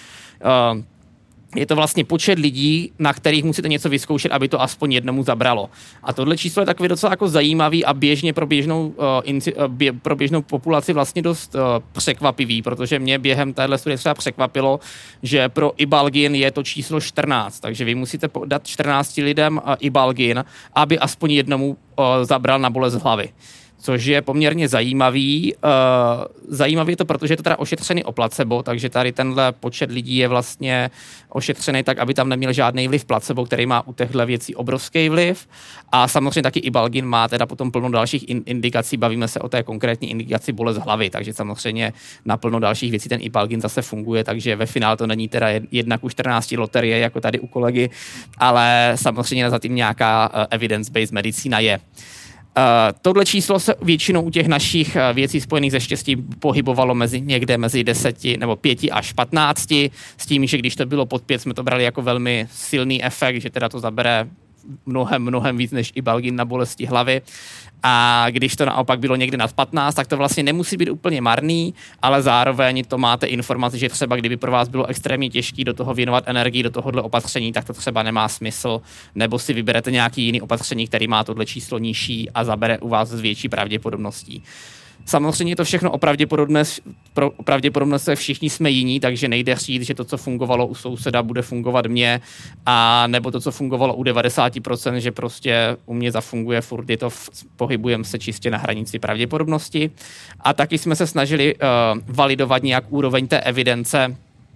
Je to vlastně počet lidí, na kterých musíte něco vyzkoušet, aby to aspoň jednomu zabralo. A tohle číslo je takový docela jako zajímavý a běžně pro běžnou, uh, pro běžnou populaci vlastně dost uh, překvapivý, protože mě během téhle studie třeba překvapilo, že pro Ibalgin je to číslo čtrnáct, takže vy musíte dát čtrnácti lidem uh, Ibalgin, aby aspoň jednomu uh, zabral na bolest hlavy. Což je poměrně zajímavý. Uh, zajímavý je to, protože je to teda ošetřený o placebo, takže tady tenhle počet lidí je vlastně ošetřený tak, aby tam neměl žádný vliv placebo, který má u těchto věcí obrovský vliv. A samozřejmě taky Ibalgin má teda potom plno dalších in- indikací, bavíme se o té konkrétní indikaci bolest hlavy, takže samozřejmě na plno dalších věcí ten Ibalgin zase funguje, takže ve finále to není teda jedna ku čtrnácti loterie, jako tady u kolegy, ale samozřejmě za tím nějaká uh, evidence-based medicína je. Uh, tohle číslo se většinou u těch našich uh, věcí spojených se štěstím pohybovalo mezi někde mezi deseti nebo pěti až patnácti, s tím, že když to bylo pod pět, jsme to brali jako velmi silný efekt, že teda to zabere mnohem, mnohem víc než Ibalgin na bolesti hlavy. A když to naopak bylo někde nad patnáct, tak to vlastně nemusí být úplně marný, ale zároveň to máte informaci, že třeba kdyby pro vás bylo extrémně těžké do toho věnovat energii, do tohohle opatření, tak to třeba nemá smysl, nebo si vyberete nějaký jiný opatření, který má tohle číslo nižší a zabere u vás s větší pravděpodobností. Samozřejmě to všechno o pravděpodobnost, pro pravděpodobnost všichni jsme jiní, takže nejde říct, že to, co fungovalo u souseda, bude fungovat mně, a nebo to, co fungovalo u devadesát procent, že prostě u mě zafunguje furt, je to v, pohybujeme se čistě na hranici pravděpodobnosti. A taky jsme se snažili uh, validovat nějak úroveň té evidence,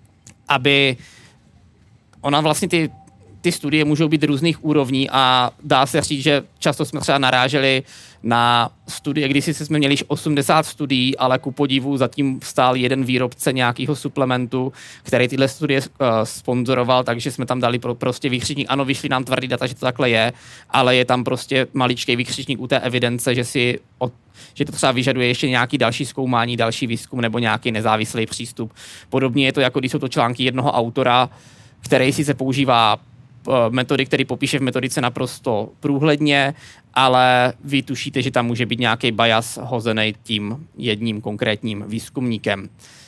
aby ona vlastně ty ty studie můžou být různých úrovní a dá se říct, že často jsme třeba naráželi na studie, když jsme měli osmdesát studií, ale ku podivu zatím stál jeden výrobce nějakého suplementu, který tyhle studie uh, sponzoroval, takže jsme tam dali pro, prostě výkřičník. Ano, vyšly nám tvrdý data, že to takhle je, ale je tam prostě maličký výkřičník u té evidence, že si od že to třeba vyžaduje ještě nějaký další zkoumání, další výzkum nebo nějaký nezávislý přístup. Podobně je to, jako když jsou to články jednoho autora, který si se používá metody, který popíše v metodice naprosto průhledně, ale vy tušíte, že tam může být nějaký bias hozený tím jedním konkrétním výzkumníkem.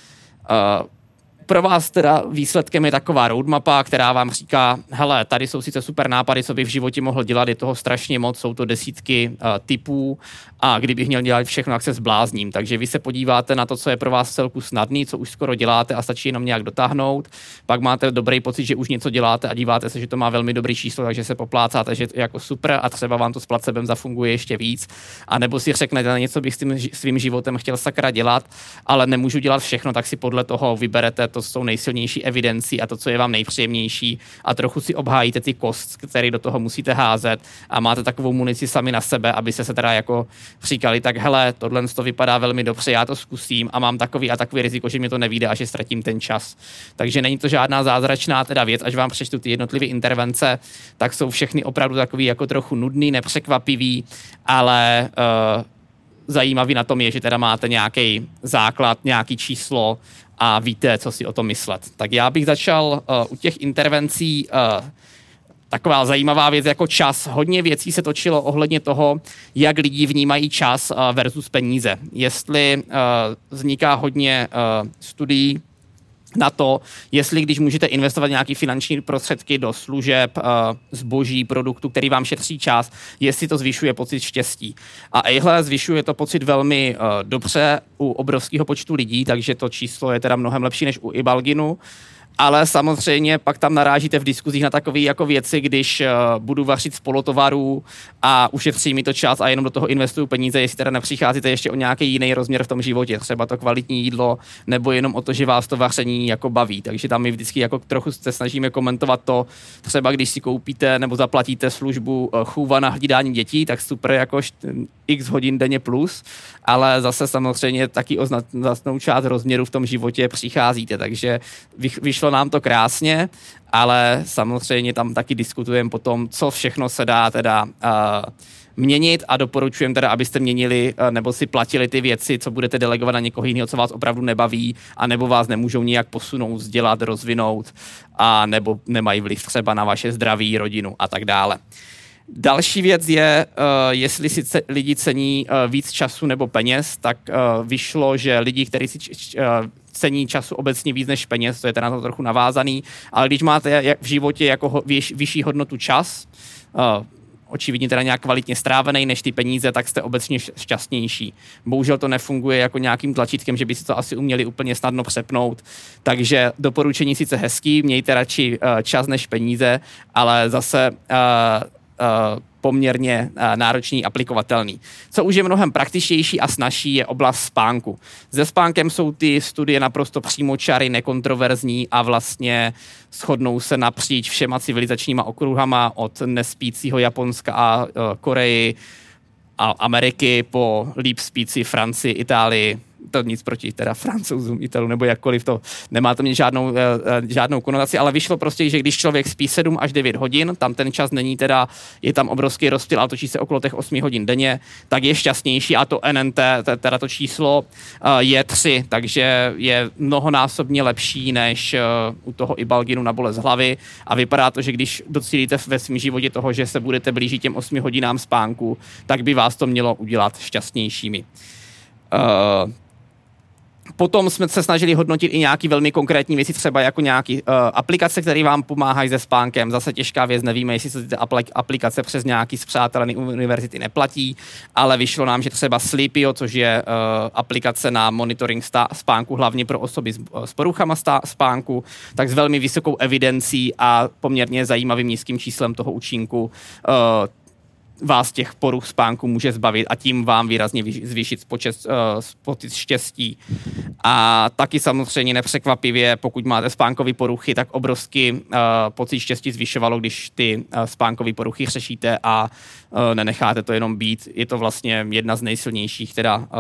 Pro vás teda výsledkem je taková roadmapa, která vám říká, hele, tady jsou sice super nápady, co bych v životě mohl dělat, je toho strašně moc, jsou to desítky uh, typů a kdybych měl dělat všechno, tak se zblázním. Takže vy se podíváte na to, co je pro vás celku snadný, co už skoro děláte a stačí jenom nějak dotáhnout. Pak máte dobrý pocit, že už něco děláte a díváte se, že to má velmi dobrý číslo, takže se poplácáte, že je jako super a třeba vám to s placebem zafunguje ještě víc. A nebo si řeknete, na něco bych s tím svým životem chtěl sakra dělat, ale nemůžu dělat všechno, tak si podle toho vyberete to s tou nejsilnější evidencí a to, co je vám nejpříjemnější a trochu si obhájíte ty kost, které do toho musíte házet a máte takovou munici sami na sebe, abyste se teda jako říkali, tak hele, tohle to vypadá velmi dobře, já to zkusím a mám takový a takový riziko, že mi to nevyjde a že ztratím ten čas. Takže není to žádná zázračná teda věc, až vám přečtu ty jednotlivé intervence, tak jsou všechny opravdu takový jako trochu nudný, nepřekvapivý, ale uh, zajímavý na tom je, že teda máte nějaký základ, nějaký číslo a víte, co si o tom myslet. Tak já bych začal uh, u těch intervencí uh, taková zajímavá věc jako čas. Hodně věcí se točilo ohledně toho, jak lidi vnímají čas uh, versus peníze. Jestli uh, vzniká hodně uh, studií na to, jestli když můžete investovat nějaké finanční prostředky do služeb, zboží, produktu, který vám šetří čas, jestli to zvyšuje pocit štěstí. A ejhle, zvyšuje to pocit velmi dobře u obrovského počtu lidí, takže to číslo je teda mnohem lepší než u Ibalginu. Ale samozřejmě pak tam narážíte v diskuzích na takové jako věci, když uh, budu vařit z polotovarů a ušetří mi to čas a jenom do toho investuju peníze, jestli teda nepřicházíte ještě o nějaký jiný rozměr v tom životě, třeba to kvalitní jídlo, nebo jenom o to, že vás to vaření jako baví. Takže tam my vždycky jako trochu se snažíme komentovat to, třeba když si koupíte nebo zaplatíte službu uh, chůva na hlídání dětí, tak super jako x hodin denně plus, ale zase samozřejmě taky o značnou část rozměru v tom životě přicházíte, takže vyšlo nám to krásně, ale samozřejmě tam taky diskutujeme potom, co všechno se dá teda uh, měnit a doporučujem teda, abyste měnili nebo si platili ty věci, co budete delegovat na někoho jiného, co vás opravdu nebaví a nebo vás nemůžou nijak posunout, vzdělat, rozvinout a nebo nemají vliv třeba na vaše zdraví, rodinu a tak dále. Další věc je, uh, jestli si ce- lidi cení uh, víc času nebo peněz, tak uh, vyšlo, že lidi, kteří si č- uh, cení času obecně víc než peněz, to je teda na to trochu navázaný, ale když máte v životě jako ho- vyš- vyšší hodnotu čas, uh, očividně teda nějak kvalitně strávený než ty peníze, tak jste obecně šťastnější. Bohužel to nefunguje jako nějakým tlačítkem, že by si to asi uměli úplně snadno přepnout. Takže doporučení sice hezký, mějte radši uh, čas než peníze, ale zase uh, Uh, poměrně uh, náročný, aplikovatelný. Co už je mnohem praktičtější a snazší, je oblast spánku. Se spánkem jsou ty studie naprosto přímočary, nekontroverzní a vlastně shodnou se napříč všema civilizačníma okruhama od nespícího Japonska a uh, Koreji a Ameriky po líp spící Francii, Itálii. To nic proti teda Francouzům, Italům nebo jakkoliv, to nemá to mít žádnou, žádnou konotaci, ale vyšlo prostě, že když člověk spí sedm až devět hodin, tam ten čas není teda, je tam obrovský rozptyl a točí se okolo těch osmi hodin denně, tak je šťastnější a to N N T, teda to číslo je tři, takže je mnohonásobně lepší než u toho Ibalginu na bolest hlavy a vypadá to, že když docílíte ve svém životě toho, že se budete blížit těm osmi hodinám spánku, tak by vás to mělo udělat šťastnějšími. Uh, Potom jsme se snažili hodnotit i nějaký velmi konkrétní věci, třeba jako nějaký uh, aplikace, které vám pomáhají se spánkem. Zase těžká věc, nevíme, jestli se ty aplikace přes nějaký spřátelený univerzity neplatí, ale vyšlo nám, že třeba Sleepio, což je uh, aplikace na monitoring sta- spánku, hlavně pro osoby s, s poruchama sta- spánku, tak s velmi vysokou evidencí a poměrně zajímavým nízkým číslem toho účinku uh, vás těch poruch spánku může zbavit a tím vám výrazně zvýšit počet, uh, pocit štěstí. A taky samozřejmě nepřekvapivě, pokud máte spánkové poruchy, tak obrovský uh, pocit štěstí zvyšovalo, když ty uh, spánkové poruchy řešíte a uh, nenecháte to jenom být. Je to vlastně jedna z nejsilnějších teda uh, uh,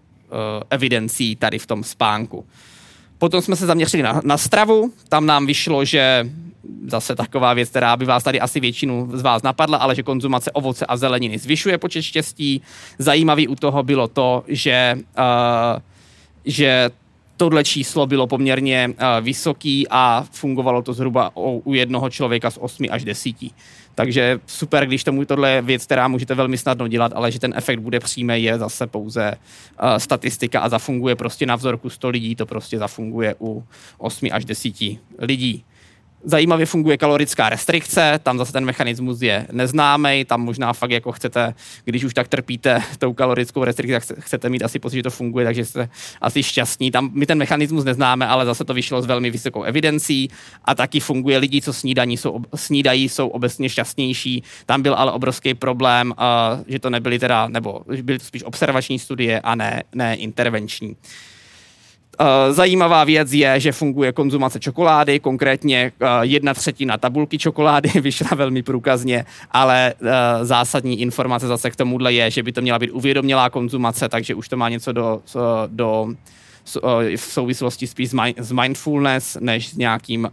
evidencí tady v tom spánku. Potom jsme se zaměřili na, na stravu, tam nám vyšlo, že zase taková věc, která by vás tady asi většinu z vás napadla, ale že konzumace ovoce a zeleniny zvyšuje počet štěstí. Zajímavý u toho bylo to, že, uh, že tohle číslo bylo poměrně uh, vysoký a fungovalo to zhruba u, u jednoho člověka z osmi až desíti. Takže super, když tomu tohle je věc, která můžete velmi snadno dělat, ale že ten efekt bude přímý, je zase pouze uh, statistika a zafunguje prostě na vzorku sto lidí, to prostě zafunguje u osmi až desíti lidí. Zajímavě funguje kalorická restrikce, tam zase ten mechanismus je neznámý, tam možná fakt jako chcete, když už tak trpíte tou kalorickou restrikcí, tak chcete mít asi pocit, že to funguje, takže jste asi šťastní. Tam my ten mechanismus neznáme, ale zase to vyšlo s velmi vysokou evidencí a taky funguje lidi, co snídaní jsou, snídají, jsou obecně šťastnější. Tam byl ale obrovský problém, uh, že to nebyly teda, nebo byly to spíš observační studie a ne, ne intervenční. Zajímavá věc je, že funguje konzumace čokolády, konkrétně jedna třetina tabulky čokolády vyšla velmi průkazně, ale zásadní informace zase k tomuhle je, že by to měla být uvědomělá konzumace, takže už to má něco do, do v souvislosti spíš s mindfulness, než s nějakým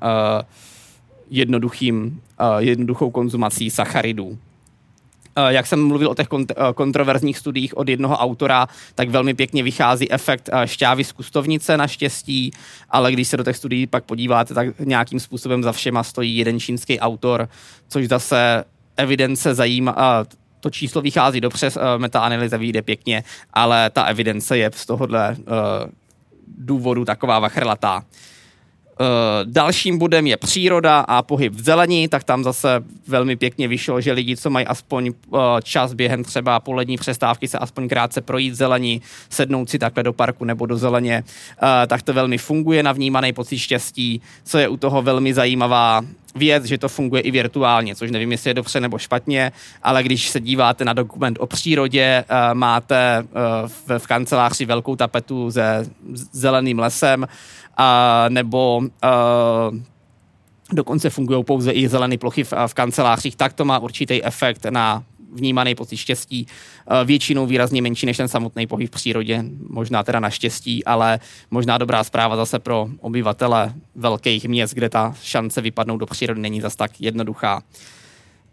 jednoduchým, jednoduchou konzumací sacharidů. Jak jsem mluvil o těch kont- kontroverzních studiích od jednoho autora, tak velmi pěkně vychází efekt šťávy z kustovnice naštěstí, ale když se do těch studií pak podíváte, tak nějakým způsobem za všema stojí jeden čínský autor, což zase evidence zajímá, to číslo vychází dobře, metaanalyza vyjde pěkně, ale ta evidence je z tohohle uh, důvodu taková vachrlatá. Uh, dalším bodem je příroda a pohyb v zelení, tak tam zase velmi pěkně vyšlo, že lidi, co mají aspoň uh, čas během třeba polední přestávky se aspoň krátce projít zelení, sednout si takhle do parku nebo do zeleně, uh, tak to velmi funguje na vnímaný pocit štěstí, co je u toho velmi zajímavá věc, že to funguje i virtuálně, což nevím, jestli je dobře nebo špatně, ale když se díváte na dokument o přírodě, uh, máte uh, v, v kanceláři velkou tapetu se zeleným lesem, a nebo uh, dokonce fungují pouze i zelené plochy v, v kancelářích, tak to má určitý efekt na vnímaný pocit štěstí. Uh, většinou výrazně menší než ten samotný pohyb v přírodě, možná teda naštěstí, ale možná dobrá zpráva zase pro obyvatele velkých měst, kde ta šance vypadnout do přírody není zas tak jednoduchá.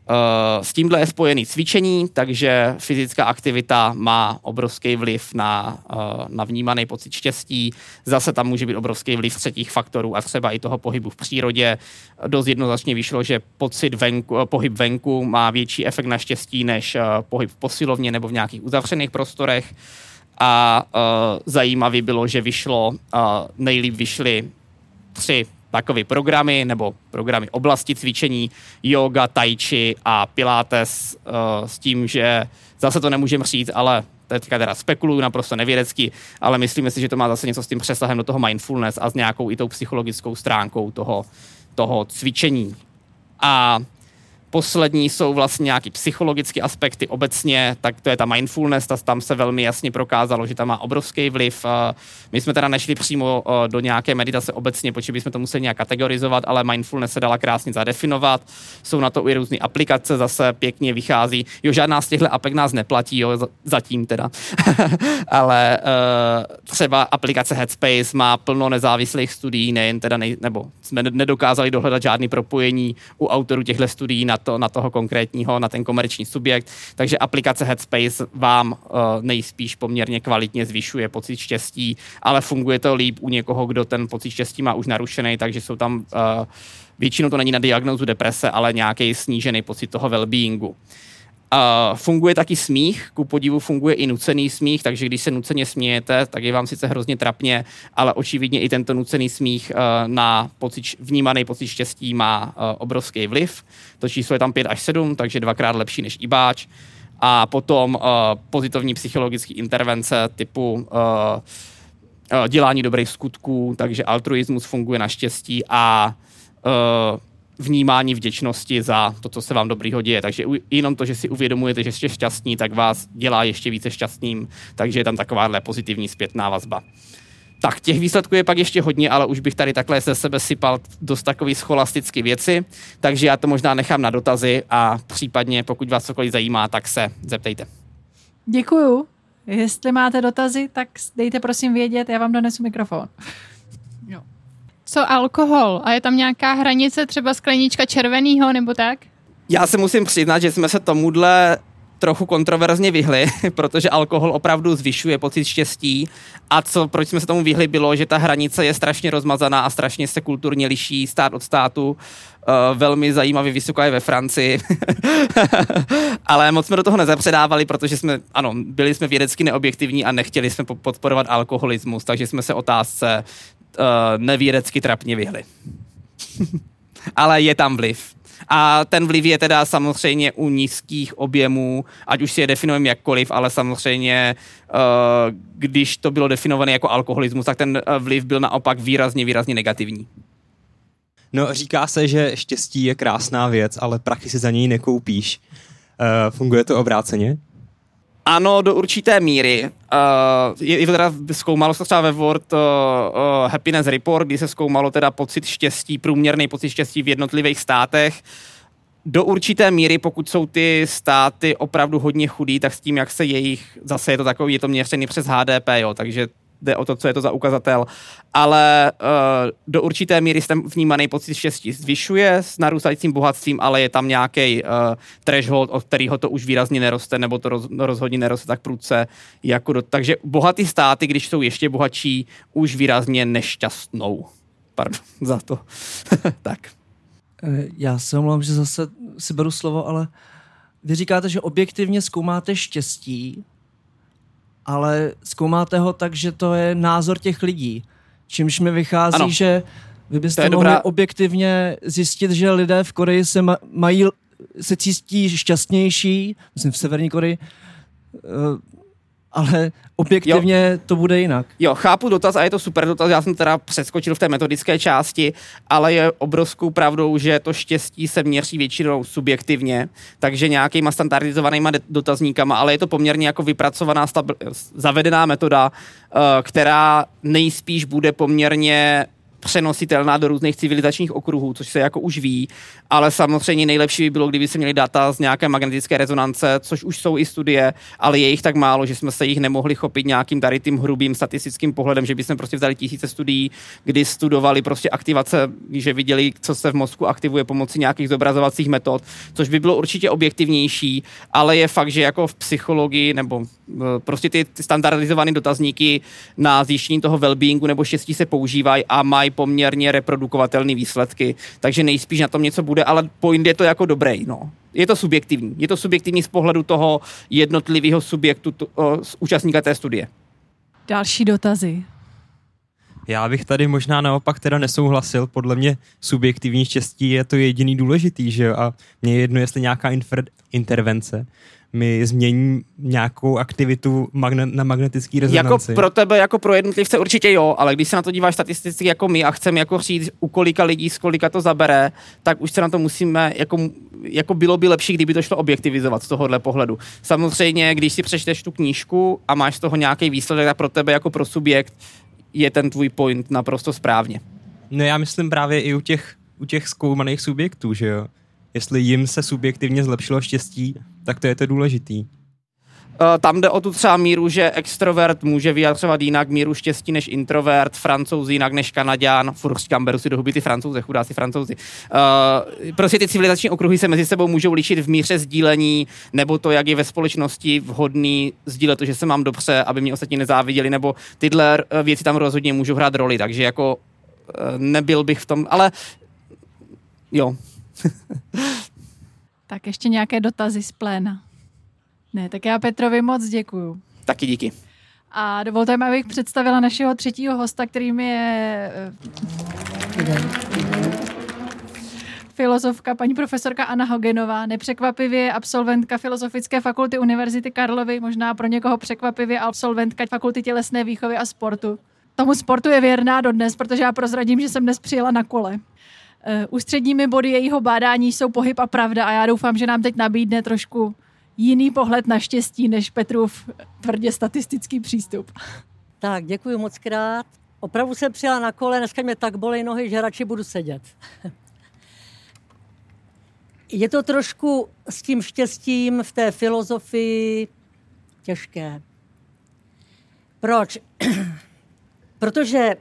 S tímhle je spojený cvičení, takže fyzická aktivita má obrovský vliv na, na vnímaný pocit štěstí. Zase tam může být obrovský vliv třetích faktorů a třeba i toho pohybu v přírodě. Dost jednoznačně vyšlo, že pocit venku, pohyb venku má větší efekt na štěstí než pohyb v posilovně nebo v nějakých uzavřených prostorech. A uh, zajímavý bylo, že vyšlo, uh, nejlíp vyšly tři takové programy nebo programy oblasti cvičení, yoga, tai chi a pilates uh, s tím, že zase to nemůžeme říct, ale teďka teda spekuluju naprosto nevědecky, ale myslíme si, že to má zase něco s tím přesahem do toho mindfulness a s nějakou i tou psychologickou stránkou toho, toho cvičení. A poslední jsou vlastně nějaký psychologické aspekty obecně, tak to je ta mindfulness, ta, tam se velmi jasně prokázalo, že tam má obrovský vliv. My jsme teda nešli přímo do nějaké meditace obecně, protože bychom to museli nějak kategorizovat, ale mindfulness se dala krásně zadefinovat. Jsou na to i různé aplikace, zase pěkně vychází. Jo, žádná z těchto apek nás neplatí, jo, zatím teda. Ale uh, třeba aplikace Headspace má plno nezávislých studií, nejen teda, nej, nebo jsme nedokázali dohledat žádný propojení u autorů těchto studií na To, na toho konkrétního, na ten komerční subjekt. Takže aplikace Headspace vám uh, nejspíš poměrně kvalitně zvyšuje pocit štěstí, ale funguje to líp u někoho, kdo ten pocit štěstí má už narušený, takže jsou tam, uh, většinou to není na diagnózu deprese, ale nějaký snížený pocit toho well-beingu. Uh, funguje taky smích, ku podivu funguje i nucený smích, takže když se nuceně smějete, tak je vám sice hrozně trapně, ale očividně i tento nucený smích uh, na pocit, vnímaný pocit štěstí má uh, obrovský vliv. To číslo je tam pět až sedm, takže dvakrát lepší než ibáč. A potom uh, pozitivní psychologické intervence typu uh, uh, dělání dobrých skutků, takže altruismus funguje na štěstí a uh, vnímání vděčnosti za to, co se vám dobrýho děje. Takže jenom to, že si uvědomujete, že jste šťastní, tak vás dělá ještě více šťastným, takže je tam takováhle pozitivní zpětná vazba. Tak těch výsledků je pak ještě hodně, ale už bych tady takhle ze sebe sypal dost takový scholastické věci, takže já to možná nechám na dotazy a případně, pokud vás cokoliv zajímá, tak se zeptejte.
Děkuju. Jestli máte dotazy, tak dejte prosím vědět, já vám donesu mikrofon.
Jo. Co alkohol? A je tam nějaká hranice, třeba sklenička červenýho nebo tak?
Já se musím přiznat, že jsme se tomuhle trochu kontroverzně vyhli, protože alkohol opravdu zvyšuje pocit štěstí a co, proč jsme se tomu vyhli, bylo, že ta hranice je strašně rozmazaná a strašně se kulturně liší stát od státu. Uh, velmi zajímavě vysoká je ve Francii. Ale moc jsme do toho nezapředávali, protože jsme, ano, byli jsme vědecky neobjektivní a nechtěli jsme podporovat alkoholismus, takže jsme se otázce uh, nevědecky trapně vyhli. Ale je tam vliv. A ten vliv je teda samozřejmě u nízkých objemů, ať už si je definujeme jakkoliv, ale samozřejmě, když to bylo definované jako alkoholismus, tak ten vliv byl naopak výrazně, výrazně negativní.
No, říká se, že štěstí je krásná věc, ale prachy si za něj nekoupíš. Funguje to obráceně?
Ano, do určité míry. Uh, je, je teda zkoumalo se třeba ve World uh, uh, Happiness Report, kdy se zkoumalo teda pocit štěstí, průměrný pocit štěstí v jednotlivých státech. Do určité míry, pokud jsou ty státy opravdu hodně chudý, tak s tím, jak se jejich, zase je to takový, je to měřený přes H D P, jo, takže jde o to, co je to za ukazatel, ale uh, do určité míry ten vnímaný pocit štěstí zvyšuje s narůstajícím bohatstvím, ale je tam nějaký uh, threshold, od kterého to už výrazně neroste, nebo to roz, rozhodně neroste tak prudce. Jako do, takže bohatý státy, když jsou ještě bohatší, už výrazně nešťastnou. Pardon za to. Tak.
Já se omlouvám, že zase si beru slovo, ale vy říkáte, že objektivně zkoumáte štěstí, ale zkoumáte ho tak, že to je názor těch lidí. Čímž mi vychází, ano. Že vy byste mohli dobrá... objektivně zjistit, že lidé v Koreji se ma- mají, se cítí šťastnější, myslím v Severní Koreji, uh, ale objektivně jo. To bude jinak.
Jo, chápu dotaz a je to super dotaz, já jsem teda přeskočil v té metodické části, ale je obrovskou pravdou, že to štěstí se měří většinou subjektivně, takže nějakýma standardizovanýma dotazníkama, ale je to poměrně jako vypracovaná, stabil, zavedená metoda, která nejspíš bude poměrně přenositelná do různých civilizačních okruhů, což se jako už ví, ale samozřejmě nejlepší by bylo, kdyby se měli data z nějaké magnetické rezonance, což už jsou i studie, ale je jich tak málo, že jsme se jich nemohli chopit nějakým tady tím hrubým statistickým pohledem, že by jsme prostě vzali tisíce studií, kdy studovali prostě aktivace, že viděli, co se v mozku aktivuje pomocí nějakých zobrazovacích metod, což by bylo určitě objektivnější, ale je fakt, že jako v psychologii nebo prostě ty standardizované dotazníky na zjištění toho wellbeingu nebo štěstí se používají a mají poměrně reprodukovatelné výsledky, takže nejspíš na tom něco bude, ale point je to jako dobrý, no. Je to subjektivní. Je to subjektivní z pohledu toho jednotlivého subjektu, to, o, z účastníka té studie.
Další dotazy.
Já bych tady možná naopak teda nesouhlasil. Podle mě subjektivní štěstí je to jediný důležitý, že jo? A mně je jedno, jestli nějaká infer- intervence mi změní nějakou aktivitu magne- na magnetický rezonanci.
Jako pro tebe, jako pro jednotlivce určitě jo, ale když se na to díváš statisticky jako my a chceme jako říct, u kolika lidí, z kolika to zabere, tak už se na to musíme, jako, jako bylo by lepší, kdyby to šlo objektivizovat z tohohle pohledu. Samozřejmě, když si přečteš tu knížku a máš z toho nějaký výsledek, tak pro tebe jako pro subjekt je ten tvůj point naprosto správně.
No já myslím právě i u těch, u těch zkoumaných subjektů, že jo. Jestli jim se subjektivně zlepšilo štěstí, tak to je to důležitý.
Tam jde o tu třeba míru, že extrovert může vyjadřovat jinak míru štěstí než introvert, Francouz jinak než Kanaďan, furt říkám, beru si do huby ty Francouze, chudáci Francouzi. Uh, prostě ty civilizační okruhy se mezi sebou můžou lišit v míře sdílení, nebo to, jak je ve společnosti vhodný sdílet to, že se mám dobře, aby mě ostatní nezáviděli, nebo tyhle věci tam rozhodně můžou hrát roli, takže jako uh, nebyl bych v tom, ale jo.
Tak ještě nějaké dotazy z pléna. Ne, tak já Petrovi moc děkuju.
Taky díky.
A dovolte mi, abych představila našeho třetího hosta, kterým je filozofka, paní profesorka Anna Hogenová, nepřekvapivě absolventka Filozofické fakulty Univerzity Karlovy, možná pro někoho překvapivě absolventka Fakulty tělesné výchovy a sportu. Tomu sportu je věrná dodnes, protože já prozradím, že jsem dnes přijela na kole. Ústředními body jejího bádání jsou pohyb a pravda a já doufám, že nám teď nabídne trošku jiný pohled na štěstí, než Petrův tvrdě statistický přístup.
Tak, děkuji moc krát. Opravdu jsem přijela na kole, dneska mě tak bolej nohy, že radši budu sedět. Je to trošku s tím štěstím v té filozofii těžké. Proč? Protože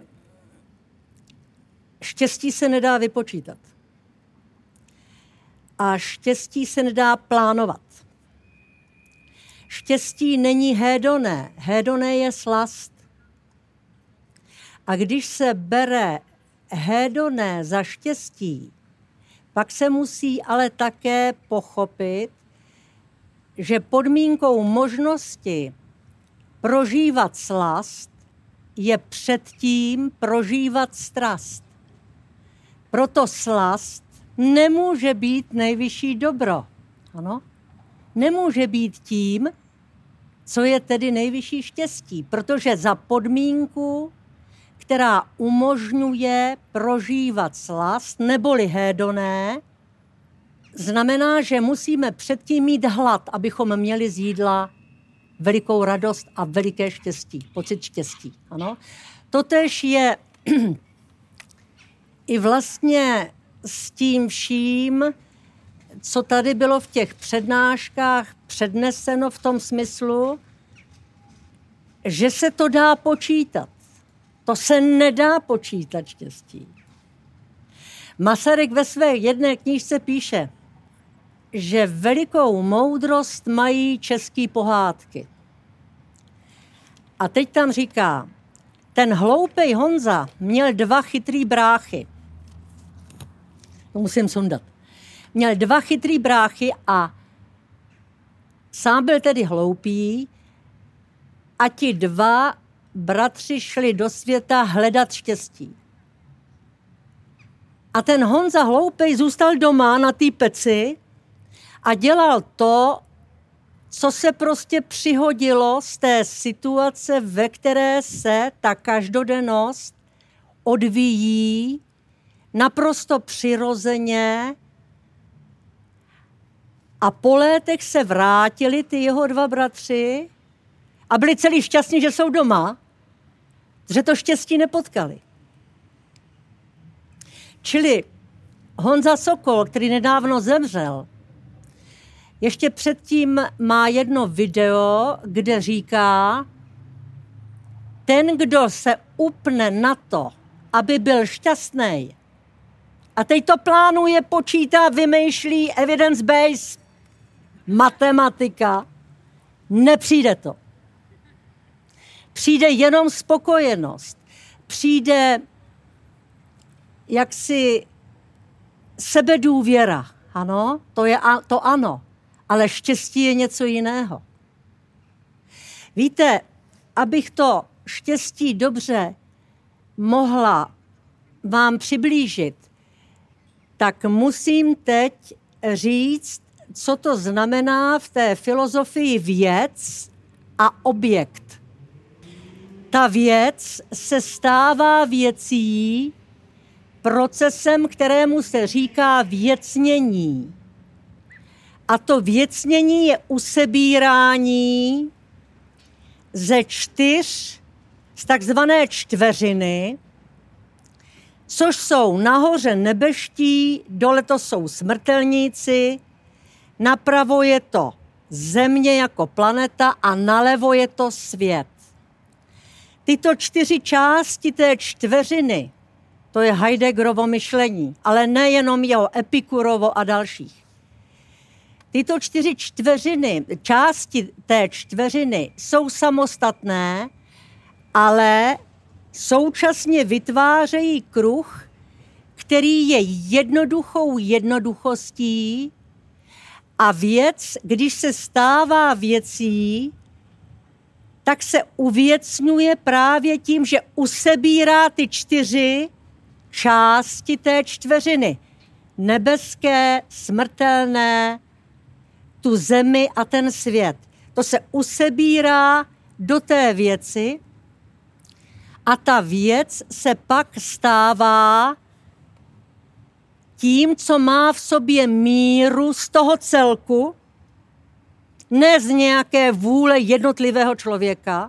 štěstí se nedá vypočítat. A štěstí se nedá plánovat. Štěstí není hédoné. Hédoné je slast. A když se bere hédoné za štěstí, pak se musí ale také pochopit, že podmínkou možnosti prožívat slast je předtím prožívat strast. Proto slast nemůže být nejvyšší dobro. Ano? Nemůže být tím, co je tedy nejvyšší štěstí, protože za podmínku, která umožňuje prožívat slast, neboli hédoné, znamená, že musíme předtím mít hlad, abychom měli z jídla velikou radost a veliké štěstí, pocit štěstí. Ano? Totéž je i vlastně s tím vším, co tady bylo v těch přednáškách předneseno v tom smyslu, že se to dá počítat. To se nedá počítat štěstí. Masaryk ve své jedné knížce píše, že velikou moudrost mají český pohádky. A teď tam říká, ten hloupej Honza měl dva chytrý bráchy. To musím sundat. Měl dva chytrý bráchy a sám byl tedy hloupý a ti dva bratři šli do světa hledat štěstí. A ten Honza hloupej zůstal doma na té peci a dělal to, co se prostě přihodilo z té situace, ve které se ta každodennost odvíjí naprosto přirozeně. A po létech se vrátili ty jeho dva bratři a byli celý šťastní, že jsou doma, že to štěstí nepotkali. Čili Honza Sokol, který nedávno zemřel, ještě předtím má jedno video, kde říká, ten, kdo se upne na to, aby byl šťastný, a teď to plánuje, počítá, vymýšlí, evidence-based, matematika, nepřijde to. Přijde jenom spokojenost. Přijde jaksi sebedůvěra. Ano, to je to ano. Ale štěstí je něco jiného. Víte, abych to štěstí dobře mohla vám přiblížit, tak musím teď říct, co to znamená v té filozofii věc a objekt. Ta věc se stává věcí procesem, kterému se říká věcnění. A to věcnění je usebírání ze čtyř, z takzvané čtveřiny, což jsou nahoře nebeští, dole to jsou smrtelníci, napravo je to Země jako planeta a nalevo je to svět. Tyto čtyři části té čtveřiny, to je Heideggerovo myšlení, ale nejenom jeho, Epikurovo a dalších. Tyto čtyři čtveřiny, části té čtveřiny jsou samostatné, ale současně vytvářejí kruh, který je jednoduchou jednoduchostí a věc, když se stává věcí, tak se uvěcňuje právě tím, že usebírá ty čtyři části té čtveřiny. Nebeské, smrtelné, tu zemi a ten svět. To se usebírá do té věci a ta věc se pak stává tím, co má v sobě míru z toho celku, ne z nějaké vůle jednotlivého člověka,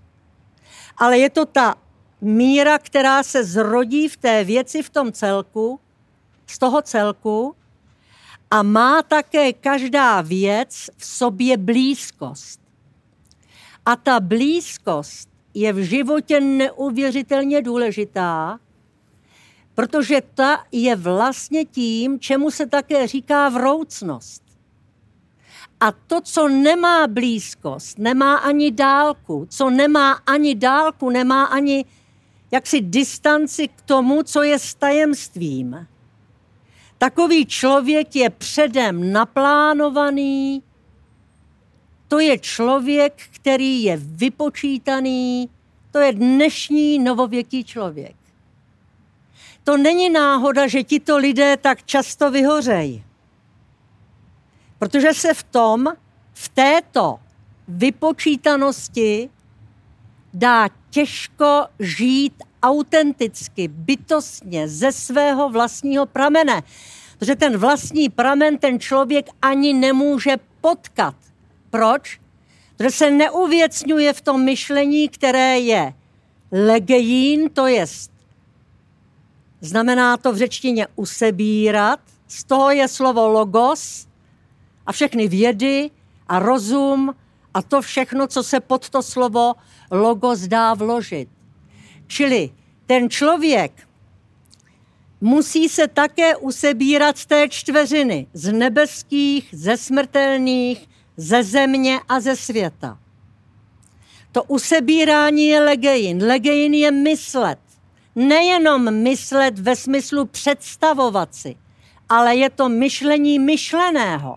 ale je to ta míra, která se zrodí v té věci, v tom celku, z toho celku, a má také každá věc v sobě blízkost. A ta blízkost je v životě neuvěřitelně důležitá, protože ta je vlastně tím, čemu se také říká vroucnost. A to, co nemá blízkost, nemá ani dálku, co nemá ani dálku, nemá ani jaksi distanci k tomu, co je s tajemstvím. Takový člověk je předem naplánovaný, to je člověk, který je vypočítaný, to je dnešní novověký člověk. To není náhoda, že tito lidé tak často vyhořejí. Protože se v tom, v této vypočítanosti dá těžko žít autenticky, bytostně, ze svého vlastního pramene. Protože ten vlastní pramen ten člověk ani nemůže potkat. Proč? Protože se neuvěcňuje v tom myšlení, které je legejín, to jest, znamená to v řečtině usebírat, z toho je slovo logos a všechny vědy a rozum a to všechno, co se pod to slovo logos dá vložit. Čili ten člověk musí se také usebírat z té čtveřiny, z nebeských, ze smrtelných, ze země a ze světa. To usebírání je legein. Legein je myslet. Nejenom myslet ve smyslu představovat si, ale je to myšlení myšleného,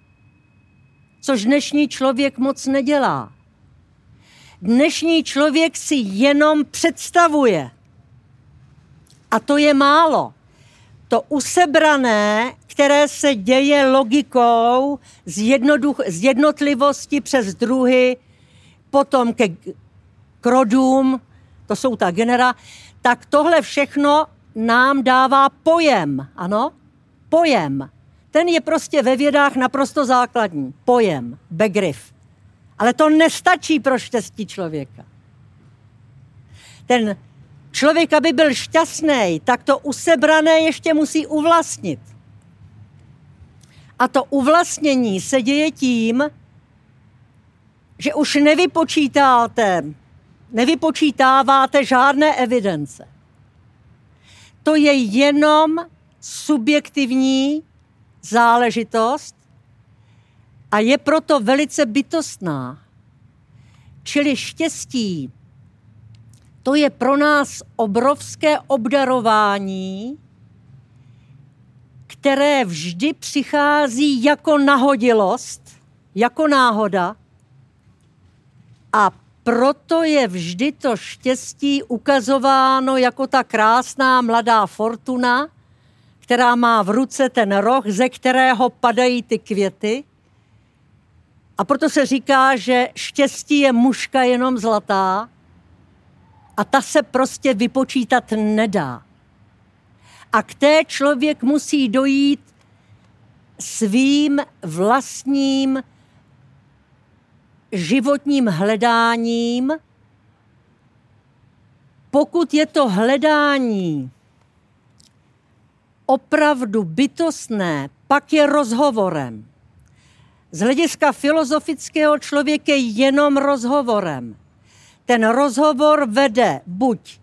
což dnešní člověk moc nedělá. Dnešní člověk si jenom představuje. A to je málo. To usebrané, které se děje logikou z, jednoduch, z jednotlivosti přes druhy, potom ke k rodům, to jsou ta genera, tak tohle všechno nám dává pojem, ano? Pojem. Ten je prostě ve vědách naprosto základní. Pojem, begriff. Ale to nestačí pro štěstí člověka. Ten Člověk, aby byl šťastný, tak to usebrané ještě musí uvlastnit. A to uvlastnění se děje tím, že už nevypočítáte, nevypočítáváte žádné evidence. To je jenom subjektivní záležitost a je proto velice bytostná. Čili štěstí, to je pro nás obrovské obdarování, které vždy přichází jako nahodilost, jako náhoda, a proto je vždy to štěstí ukazováno jako ta krásná mladá fortuna, která má v ruce ten roh, ze kterého padají ty květy. A proto se říká, že štěstí je muška jenom zlatá a ta se prostě vypočítat nedá. A k té člověk musí dojít svým vlastním životním hledáním. Pokud je to hledání opravdu bytostné, pak je rozhovorem. Z hlediska filozofického člověk je jenom rozhovorem. Ten rozhovor vede buď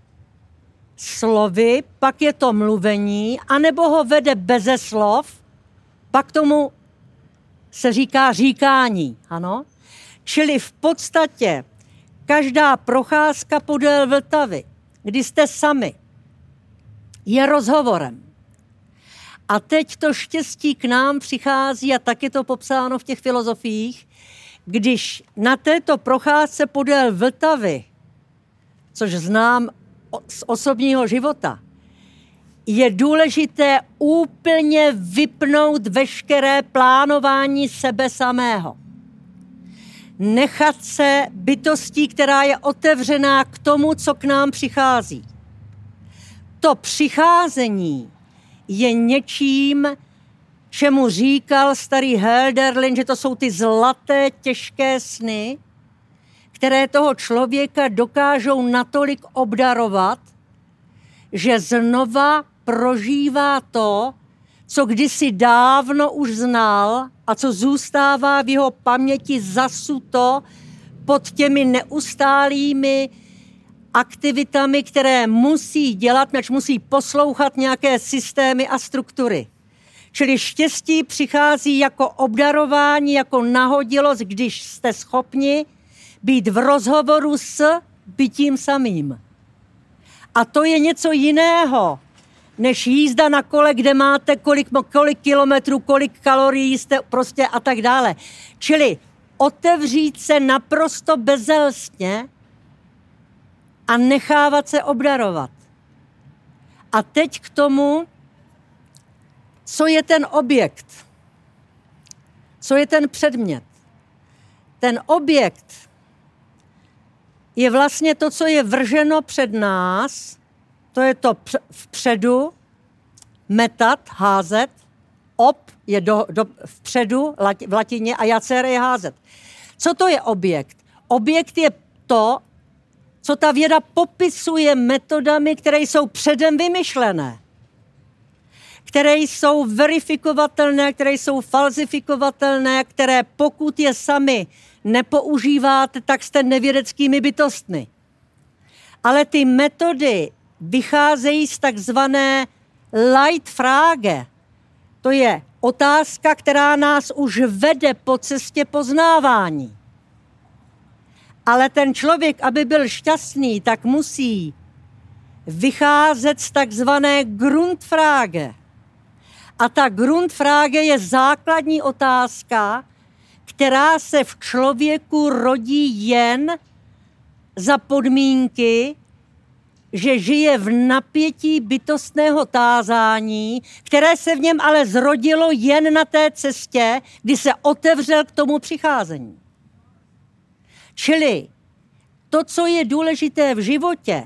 slovy, pak je to mluvení, anebo ho vede beze slov, pak tomu se říká říkání, ano? Čili v podstatě každá procházka podél Vltavy, kdy jste sami, je rozhovorem. A teď to štěstí k nám přichází, a tak je to popsáno v těch filozofiích, když na této procházce podél Vltavy, což znám z osobního života, je důležité úplně vypnout veškeré plánování sebe samého. Nechat se bytostí, která je otevřená k tomu, co k nám přichází. To přicházení je něčím, čemu říkal starý Hölderlin, že to jsou ty zlaté, těžké sny, které toho člověka dokážou natolik obdarovat, že znova prožívá to, co kdysi dávno už znal a co zůstává v jeho paměti zasuto pod těmi neustálými aktivitami, které musí dělat, než musí poslouchat nějaké systémy a struktury. Čili štěstí přichází jako obdarování, jako nahodilost, když jste schopni být v rozhovoru s bytím samým. A to je něco jiného, než jízda na kole, kde máte kolik, kolik kilometrů, kolik kalorií jste prostě a tak dále. Čili otevřít se naprosto bezelstně a nechávat se obdarovat. A teď k tomu, co je ten objekt, co je ten předmět. Ten objekt je vlastně to, co je vrženo před nás, to je to vpředu, metat, házet, op je do, do, vpředu v latině a jacere je házet. Co to je objekt? Objekt je to, co ta věda popisuje metodami, které jsou předem vymyšlené, které jsou verifikovatelné, které jsou falzifikovatelné, které pokud je sami nepoužíváte, tak jste nevědeckými bytostmi. Ale ty metody vycházejí z takzvané Leitfrage. To je otázka, která nás už vede po cestě poznávání. Ale ten člověk, aby byl šťastný, tak musí vycházet z takzvané Grundfrage. A ta Grundfrage je základní otázka, která se v člověku rodí jen za podmínky, že žije v napětí bytostného tázání, které se v něm ale zrodilo jen na té cestě, kdy se otevřel k tomu přicházení. Čili to, co je důležité v životě,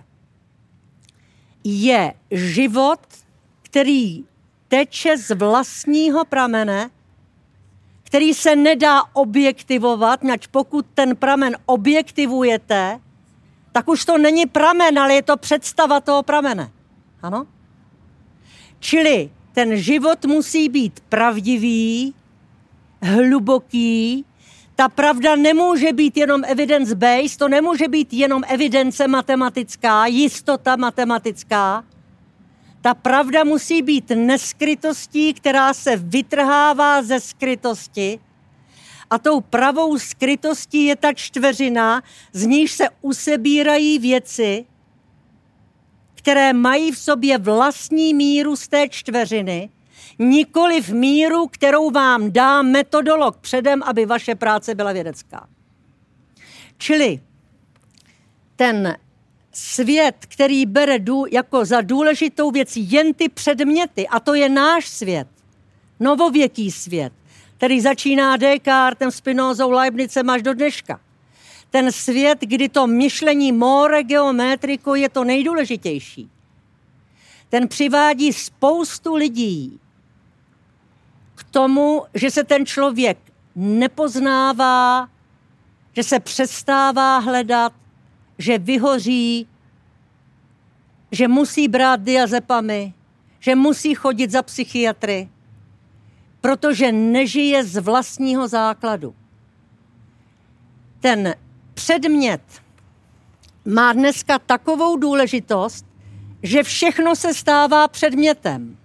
je život, který teče z vlastního pramene, který se nedá objektivovat, nač pokud ten pramen objektivujete, tak už to není pramen, ale je to představa toho pramene. Ano? Čili ten život musí být pravdivý, hluboký. Ta pravda nemůže být jenom evidence-based, to nemůže být jenom evidence matematická, jistota matematická. Ta pravda musí být neskrytostí, která se vytrhává ze skrytosti. A tou pravou skrytostí je ta čtveřina, z níž se usebírají věci, které mají v sobě vlastní míru z té čtveřiny, nikoli v míru, kterou vám dá metodolog předem, aby vaše práce byla vědecká. Čili ten svět, který bere dů, jako za důležitou věc jen ty předměty, a to je náš svět, novověký svět, který začíná Descartem, Spinozou, Leibnizem až do dneška. Ten svět, kdy to myšlení more geometriko je to nejdůležitější. Ten přivádí spoustu lidí k tomu, že se ten člověk nepoznává, že se přestává hledat, že vyhoří, že musí brát diazepamy, že musí chodit za psychiatry, protože nežije z vlastního základu. Ten předmět má dneska takovou důležitost, že všechno se stává předmětem.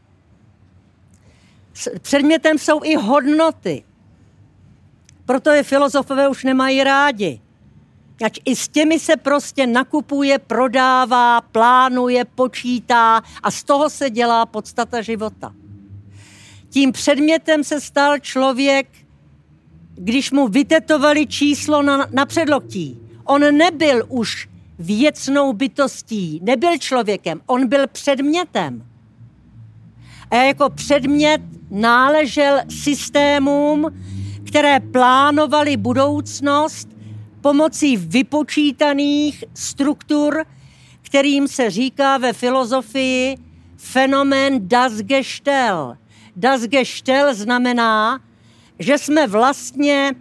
Předmětem jsou i hodnoty. Proto je filozofové už nemají rádi. Ač i s těmi se prostě nakupuje, prodává, plánuje, počítá a z toho se dělá podstata života. Tím předmětem se stal člověk, když mu vytetovali číslo na, na předloktí. On nebyl už věcnou bytostí, nebyl člověkem, on byl předmětem. A jako předmět náležel systémům, které plánovaly budoucnost pomocí vypočítaných struktur, kterým se říká ve filozofii fenomén das Gestell. Das Gestell znamená, že jsme vlastně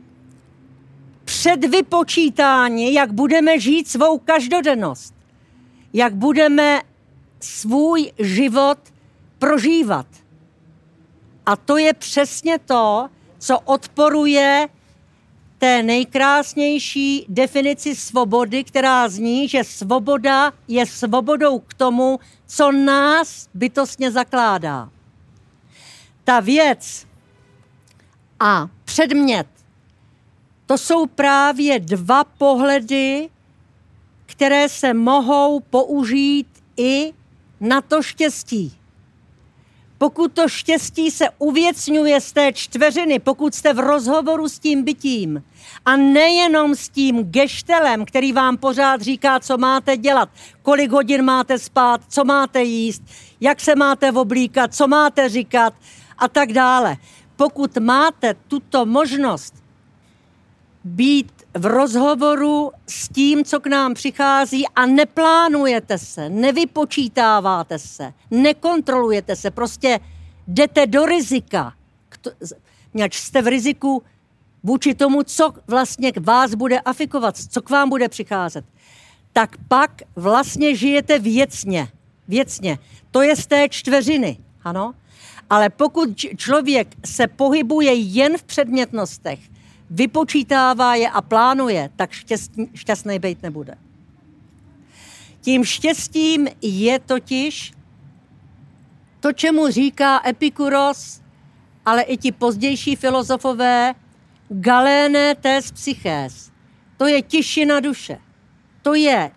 předvypočítáni, jak budeme žít svou každodennost, jak budeme svůj život prožívat. A to je přesně to, co odporuje té nejkrásnější definici svobody, která zní, že svoboda je svobodou k tomu, co nás bytostně zakládá. Ta věc a předmět, to jsou právě dva pohledy, které se mohou použít i na to štěstí. Pokud to štěstí se uvěcňuje z té čtveřiny, pokud jste v rozhovoru s tím bytím a nejenom s tím geštelem, který vám pořád říká, co máte dělat, kolik hodin máte spát, co máte jíst, jak se máte oblíkat, co máte říkat a tak dále. Pokud máte tuto možnost být v rozhovoru s tím, co k nám přichází a neplánujete se, nevypočítáváte se, nekontrolujete se, prostě jdete do rizika, měč jste v riziku vůči tomu, co vlastně vás bude afikovat, co k vám bude přicházet, tak pak vlastně žijete věcně. Věcně. To je z té čtveřiny, ano? Ale pokud člověk se pohybuje jen v předmětnostech, vypočítává je a plánuje, tak šťastný, šťastný být nebude. Tím štěstím je totiž to, čemu říká Epikuros, ale i ti pozdější filozofové, galéné tes psychés. To je tišina duše. To je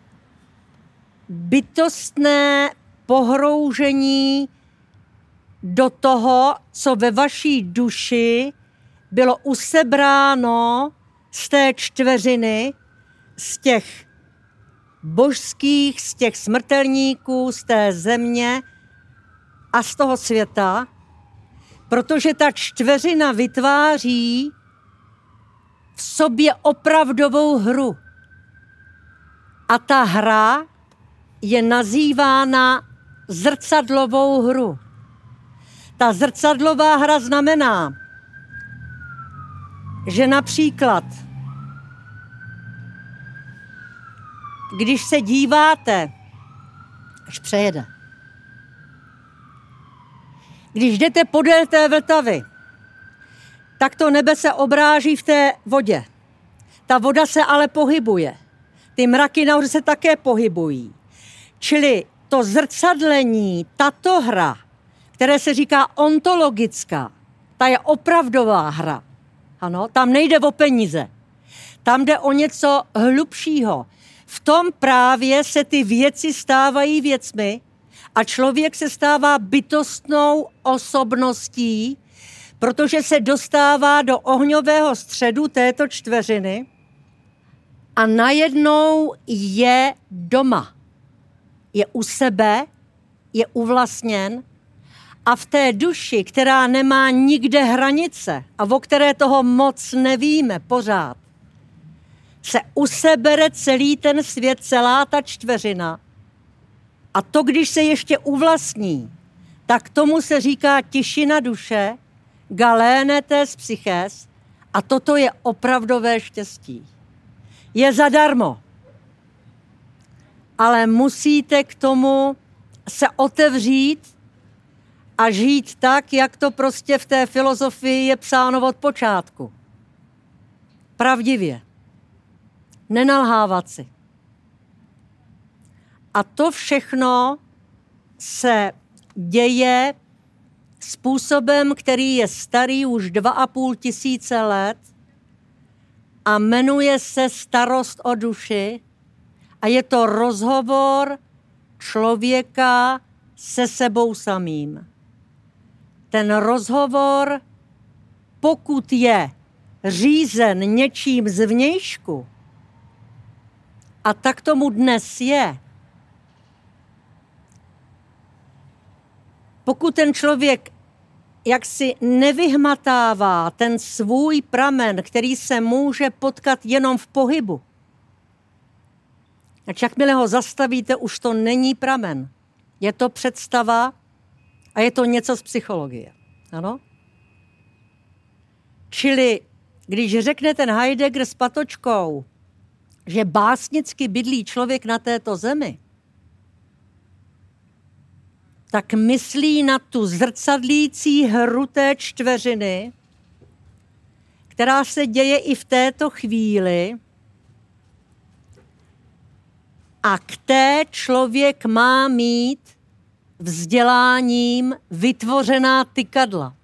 bytostné pohroužení do toho, co ve vaší duši bylo usebráno z té čtveřiny, z těch božských, z těch smrtelníků, z té země a z toho světa, protože ta čtveřina vytváří v sobě opravdovou hru. A ta hra je nazývána zrcadlovou hru. Ta zrcadlová hra znamená, že například když se díváte, až přejede, když jdete podél té Vltavy, tak to nebe se obráží v té vodě. Ta voda se ale pohybuje. Ty mraky nahoře se také pohybují. Čili to zrcadlení, tato hra, které se říká ontologická, ta je opravdová hra. Ano, tam nejde o peníze. Tam jde o něco hlubšího. V tom právě se ty věci stávají věcmi a člověk se stává bytostnou osobností, protože se dostává do ohňového středu této čtveřiny a najednou je doma. Je u sebe, je uvlastněn a v té duši, která nemá nikde hranice a o které toho moc nevíme pořád, se usebere celý ten svět, celá ta čtveřina. A to, když se ještě uvlastní, tak tomu se říká tišina duše, galénetes psyches, a toto je opravdové štěstí. Je zadarmo. Ale musíte k tomu se otevřít a žít tak, jak to prostě v té filozofii je psáno od počátku. Pravdivě. Nenalhávat si. A to všechno se děje způsobem, který je starý už dva a půl tisíce let a jmenuje se starost o duši a je to rozhovor člověka se sebou samým. Ten rozhovor, pokud je řízen něčím zvnějšku, a tak tomu dnes je, pokud ten člověk jaksi nevyhmatává ten svůj pramen, který se může potkat jenom v pohybu, a jakmile ho zastavíte, už to není pramen. Je to představa a je to něco z psychologie. Ano? Čili, když řekne ten Heidegger s patočkou, že básnicky bydlí člověk na této zemi, tak myslí na tu zrcadlící hru té čtveřiny, která se děje i v této chvíli a k té člověk má mít vzděláním vytvořená tykadla.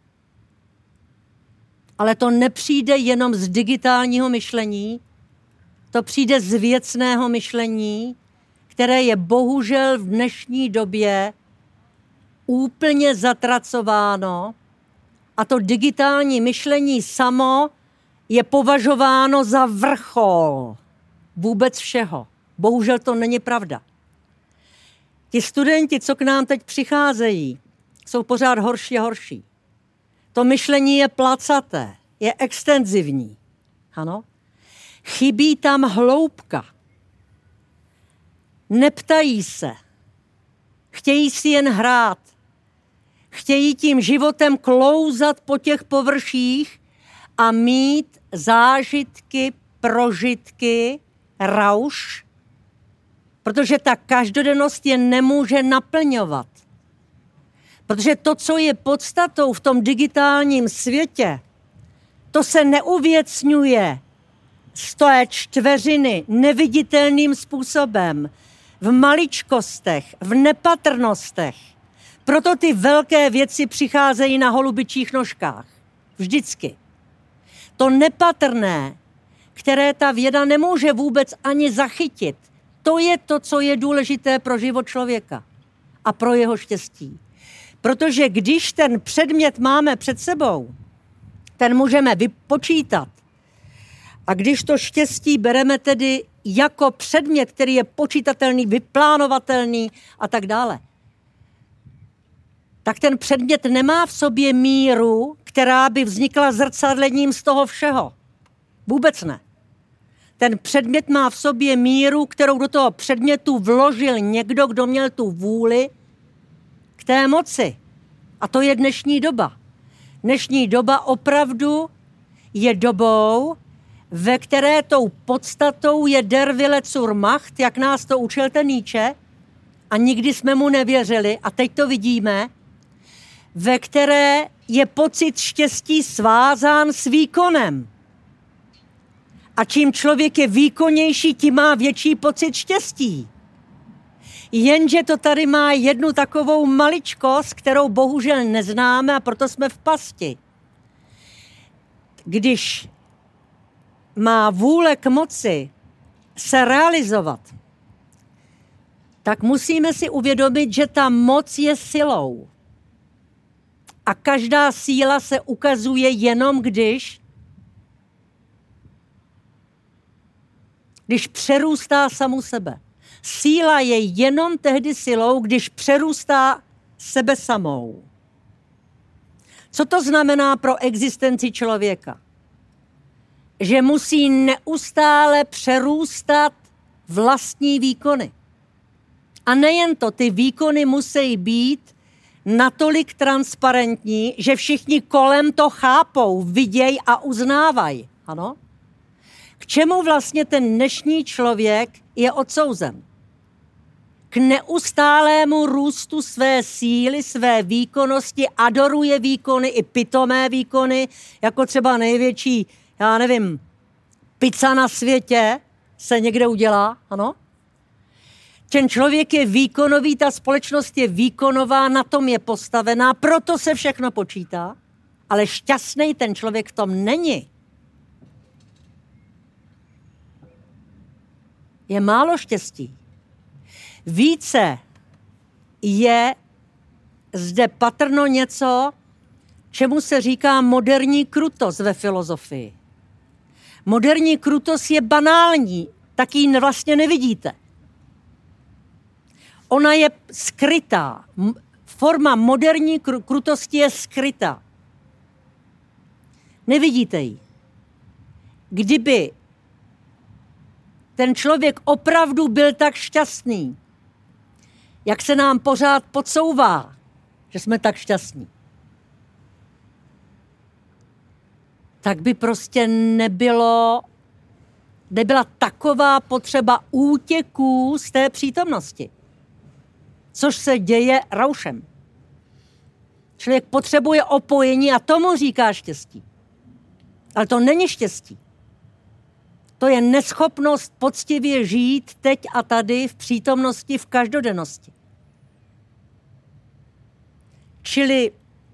Ale to nepřijde jenom z digitálního myšlení, to přijde z věcného myšlení, které je bohužel v dnešní době úplně zatracováno a to digitální myšlení samo je považováno za vrchol vůbec všeho. Bohužel to není pravda. Ti studenti, co k nám teď přicházejí, jsou pořád horší a horší. To myšlení je placaté, je extenzivní. Ano? Chybí tam hloubka. Neptají se. Chtějí si jen hrát. Chtějí tím životem klouzat po těch površích a mít zážitky, prožitky, rauš, protože ta každodennost je nemůže naplňovat. Protože to, co je podstatou v tom digitálním světě, to se neuvěcňuje z té čtveřiny neviditelným způsobem, v maličkostech, v nepatrnostech. Proto ty velké věci přicházejí na holubičích nožkách. Vždycky. To nepatrné, které ta věda nemůže vůbec ani zachytit, to je to, co je důležité pro život člověka a pro jeho štěstí. Protože když ten předmět máme před sebou, ten můžeme vypočítat. A když to štěstí bereme tedy jako předmět, který je počítatelný, vyplánovatelný a tak dále, tak ten předmět nemá v sobě míru, která by vznikla zrcadlením z toho všeho. Vůbec ne. Ten předmět má v sobě míru, kterou do toho předmětu vložil někdo, kdo měl tu vůli k té moci. A to je dnešní doba. Dnešní doba opravdu je dobou, ve které tou podstatou je der Wille zur Macht, jak nás to učil ten Nietzsche, a nikdy jsme mu nevěřili, a teď to vidíme, ve které je pocit štěstí svázán s výkonem. A čím člověk je výkonnější, tím má větší pocit štěstí. Jenže to tady má jednu takovou maličkost, kterou bohužel neznáme, a proto jsme v pasti. Když má vůle k moci se realizovat, tak musíme si uvědomit, že ta moc je silou. A každá síla se ukazuje jenom, když když přerůstá samu sebe. Síla je jenom tehdy silou, když přerůstá sebe samou. Co to znamená pro existenci člověka? Že musí neustále přerůstat vlastní výkony. A nejen to, ty výkony musí být natolik transparentní, že všichni kolem to chápou, viděj a uznávají. Ano? K čemu vlastně ten dnešní člověk je odsouzen? K neustálému růstu své síly, své výkonnosti, adoruje výkony i pitomé výkony, jako třeba největší, já nevím, pizza na světě se někde udělá, ano? Ten člověk je výkonový, ta společnost je výkonová, na tom je postavená, proto se všechno počítá, ale šťastný ten člověk v tom není. Je málo štěstí. Více je zde patrno něco, čemu se říká moderní krutost ve filozofii. Moderní krutost je banální, tak ji vlastně nevidíte. Ona je skrytá. Forma moderní krutosti je skrytá. Nevidíte ji. Kdyby ten člověk opravdu byl tak šťastný, jak se nám pořád podsouvá, že jsme tak šťastní, tak by prostě nebylo, nebyla taková potřeba útěků z té přítomnosti. Což se děje raušem. Člověk potřebuje opojení a tomu říká štěstí. Ale to není štěstí. To je neschopnost poctivě žít teď a tady v přítomnosti, v každodennosti. Čili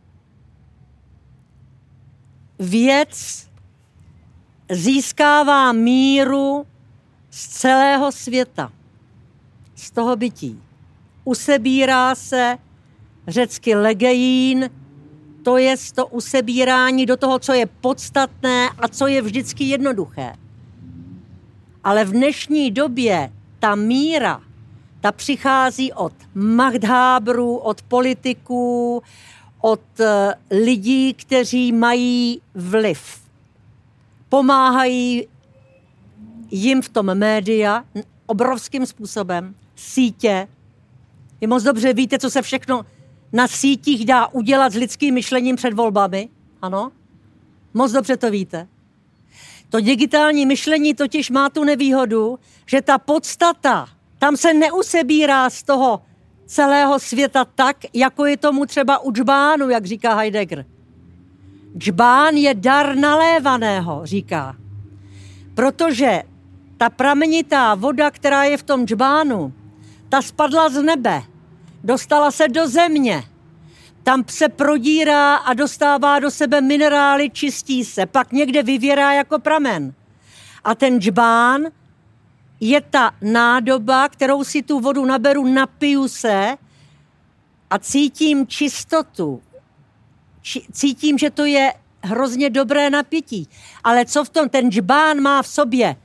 věc získává míru z celého světa, z toho bytí. Usebírá se, řecky legeín, to je to usebírání do toho, co je podstatné a co je vždycky jednoduché. Ale v dnešní době ta míra, ta přichází od machthábrů, od politiků, od lidí, kteří mají vliv. Pomáhají jim v tom média obrovským způsobem, sítě. Vy moc dobře víte, co se všechno na sítích dá udělat s lidským myšlením před volbami. Ano? Moc dobře to víte. To digitální myšlení totiž má tu nevýhodu, že ta podstata tam se neusebírá z toho celého světa tak, jako je tomu třeba u džbánu, jak říká Heidegger. Džbán je dar nalévaného, říká. Protože ta pramenitá voda, která je v tom džbánu, ta spadla z nebe, dostala se do země, tam se prodírá a dostává do sebe minerály, čistí se, pak někde vyvěrá jako pramen. A ten džbán je ta nádoba, kterou si tu vodu naberu, napiju se a cítím čistotu. Cítím, že to je hrozně dobré napití. Ale co v tom ten džbán má v sobě?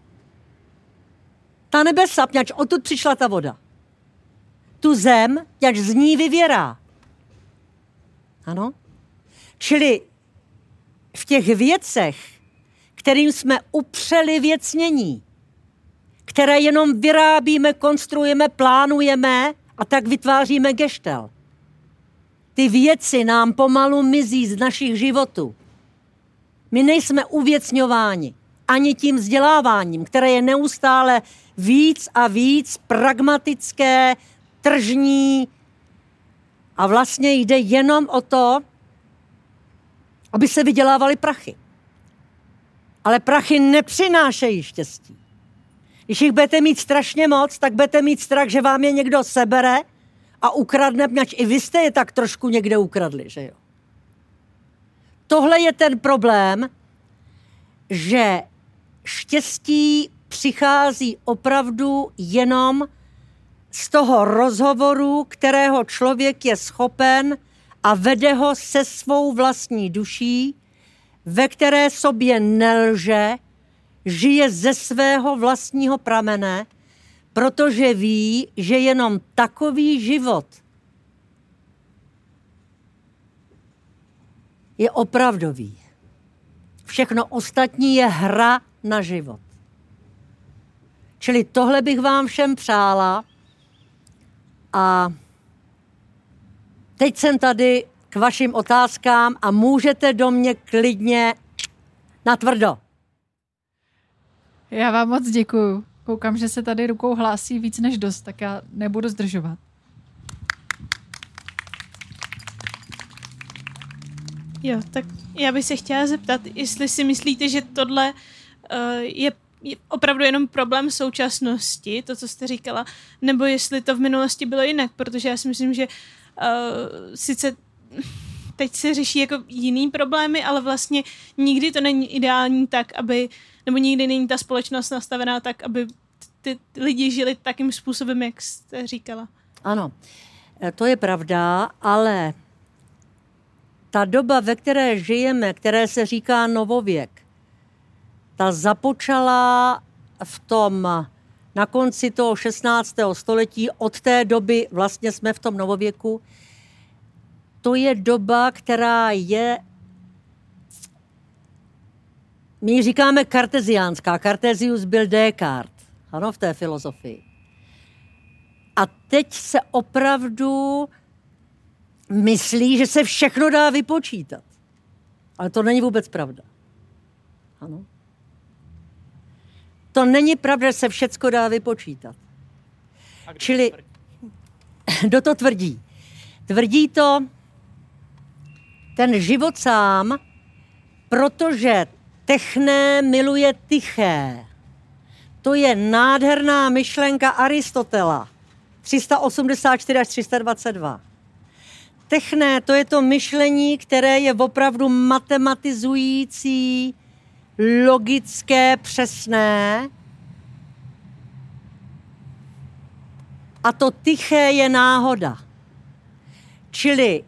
Ta nebesa, pňač odtud přišla ta voda. Tu zem, jak z ní vyvěrá. Ano? Čili v těch věcech, kterým jsme upřeli věcnění, které jenom vyrábíme, konstruujeme, plánujeme a tak vytváříme geštel. Ty věci nám pomalu mizí z našich životů. My nejsme uvěcňováni. ani tím vzděláváním, které je neustále víc a víc pragmatické, tržní a vlastně jde jenom o to, aby se vydělávaly prachy. Ale prachy nepřinášejí štěstí. Když jich budete mít strašně moc, tak budete mít strach, že vám je někdo sebere a ukradne, protože i vy jste je tak trošku někde ukradli, že jo? Tohle je ten problém, že štěstí přichází opravdu jenom z toho rozhovoru, kterého člověk je schopen a vede ho se svou vlastní duší, ve které sobě nelže, žije ze svého vlastního pramene, protože ví, že jenom takový život je opravdový. Všechno ostatní je hra na život. Čili tohle bych vám všem přála a teď jsem tady k vašim otázkám a můžete do mě klidně natvrdo.
Já vám moc děkuju. Koukám, že se tady rukou hlásí víc než dost, tak já nebudu zdržovat.
Jo, tak já bych se chtěla zeptat, jestli si myslíte, že tohle uh, je, je opravdu jenom problém současnosti, to, co jste říkala, nebo jestli to v minulosti bylo jinak, protože já si myslím, že uh, sice teď se řeší jako jiný problémy, ale vlastně nikdy to není ideální tak, aby, nebo nikdy není ta společnost nastavená tak, aby ty lidi žili takým způsobem, jak jste říkala.
Ano, to je pravda, ale ta doba, ve které žijeme, které se říká novověk, ta započala v tom, na konci toho šestnáctého století, od té doby vlastně jsme v tom novověku. To je doba, která je, my ji říkáme karteziánská. Kartezius byl Descartes, ano, v té filozofii. A teď se opravdu myslí, že se všechno dá vypočítat. Ale to není vůbec pravda. Ano. To není pravda, že se všecko dá vypočítat. Čili, kdo to tvrdí? Tvrdí to ten život sám, protože techné miluje tiché. To je nádherná myšlenka Aristotela. tři sta osmdesát čtyři až tři sta dvacet dva. Techné, to je to myšlení, které je opravdu matematizující, logické, přesné. A to tiché je náhoda. Čili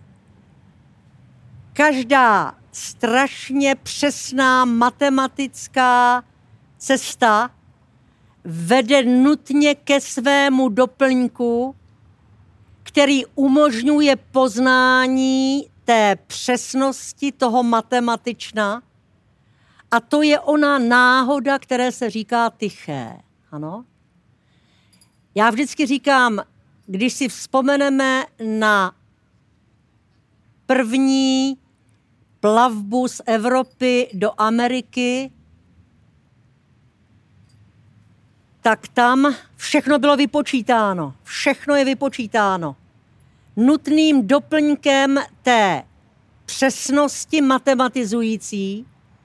každá strašně přesná matematická cesta vede nutně ke svému doplňku, který umožňuje poznání té přesnosti toho matematična. A to je ona náhoda, které se říká tiché. Ano? Já vždycky říkám, když si vzpomeneme na první plavbu z Evropy do Ameriky, tak tam všechno bylo vypočítáno. Všechno je vypočítáno. Nutným doplňkem té přesnosti matematizující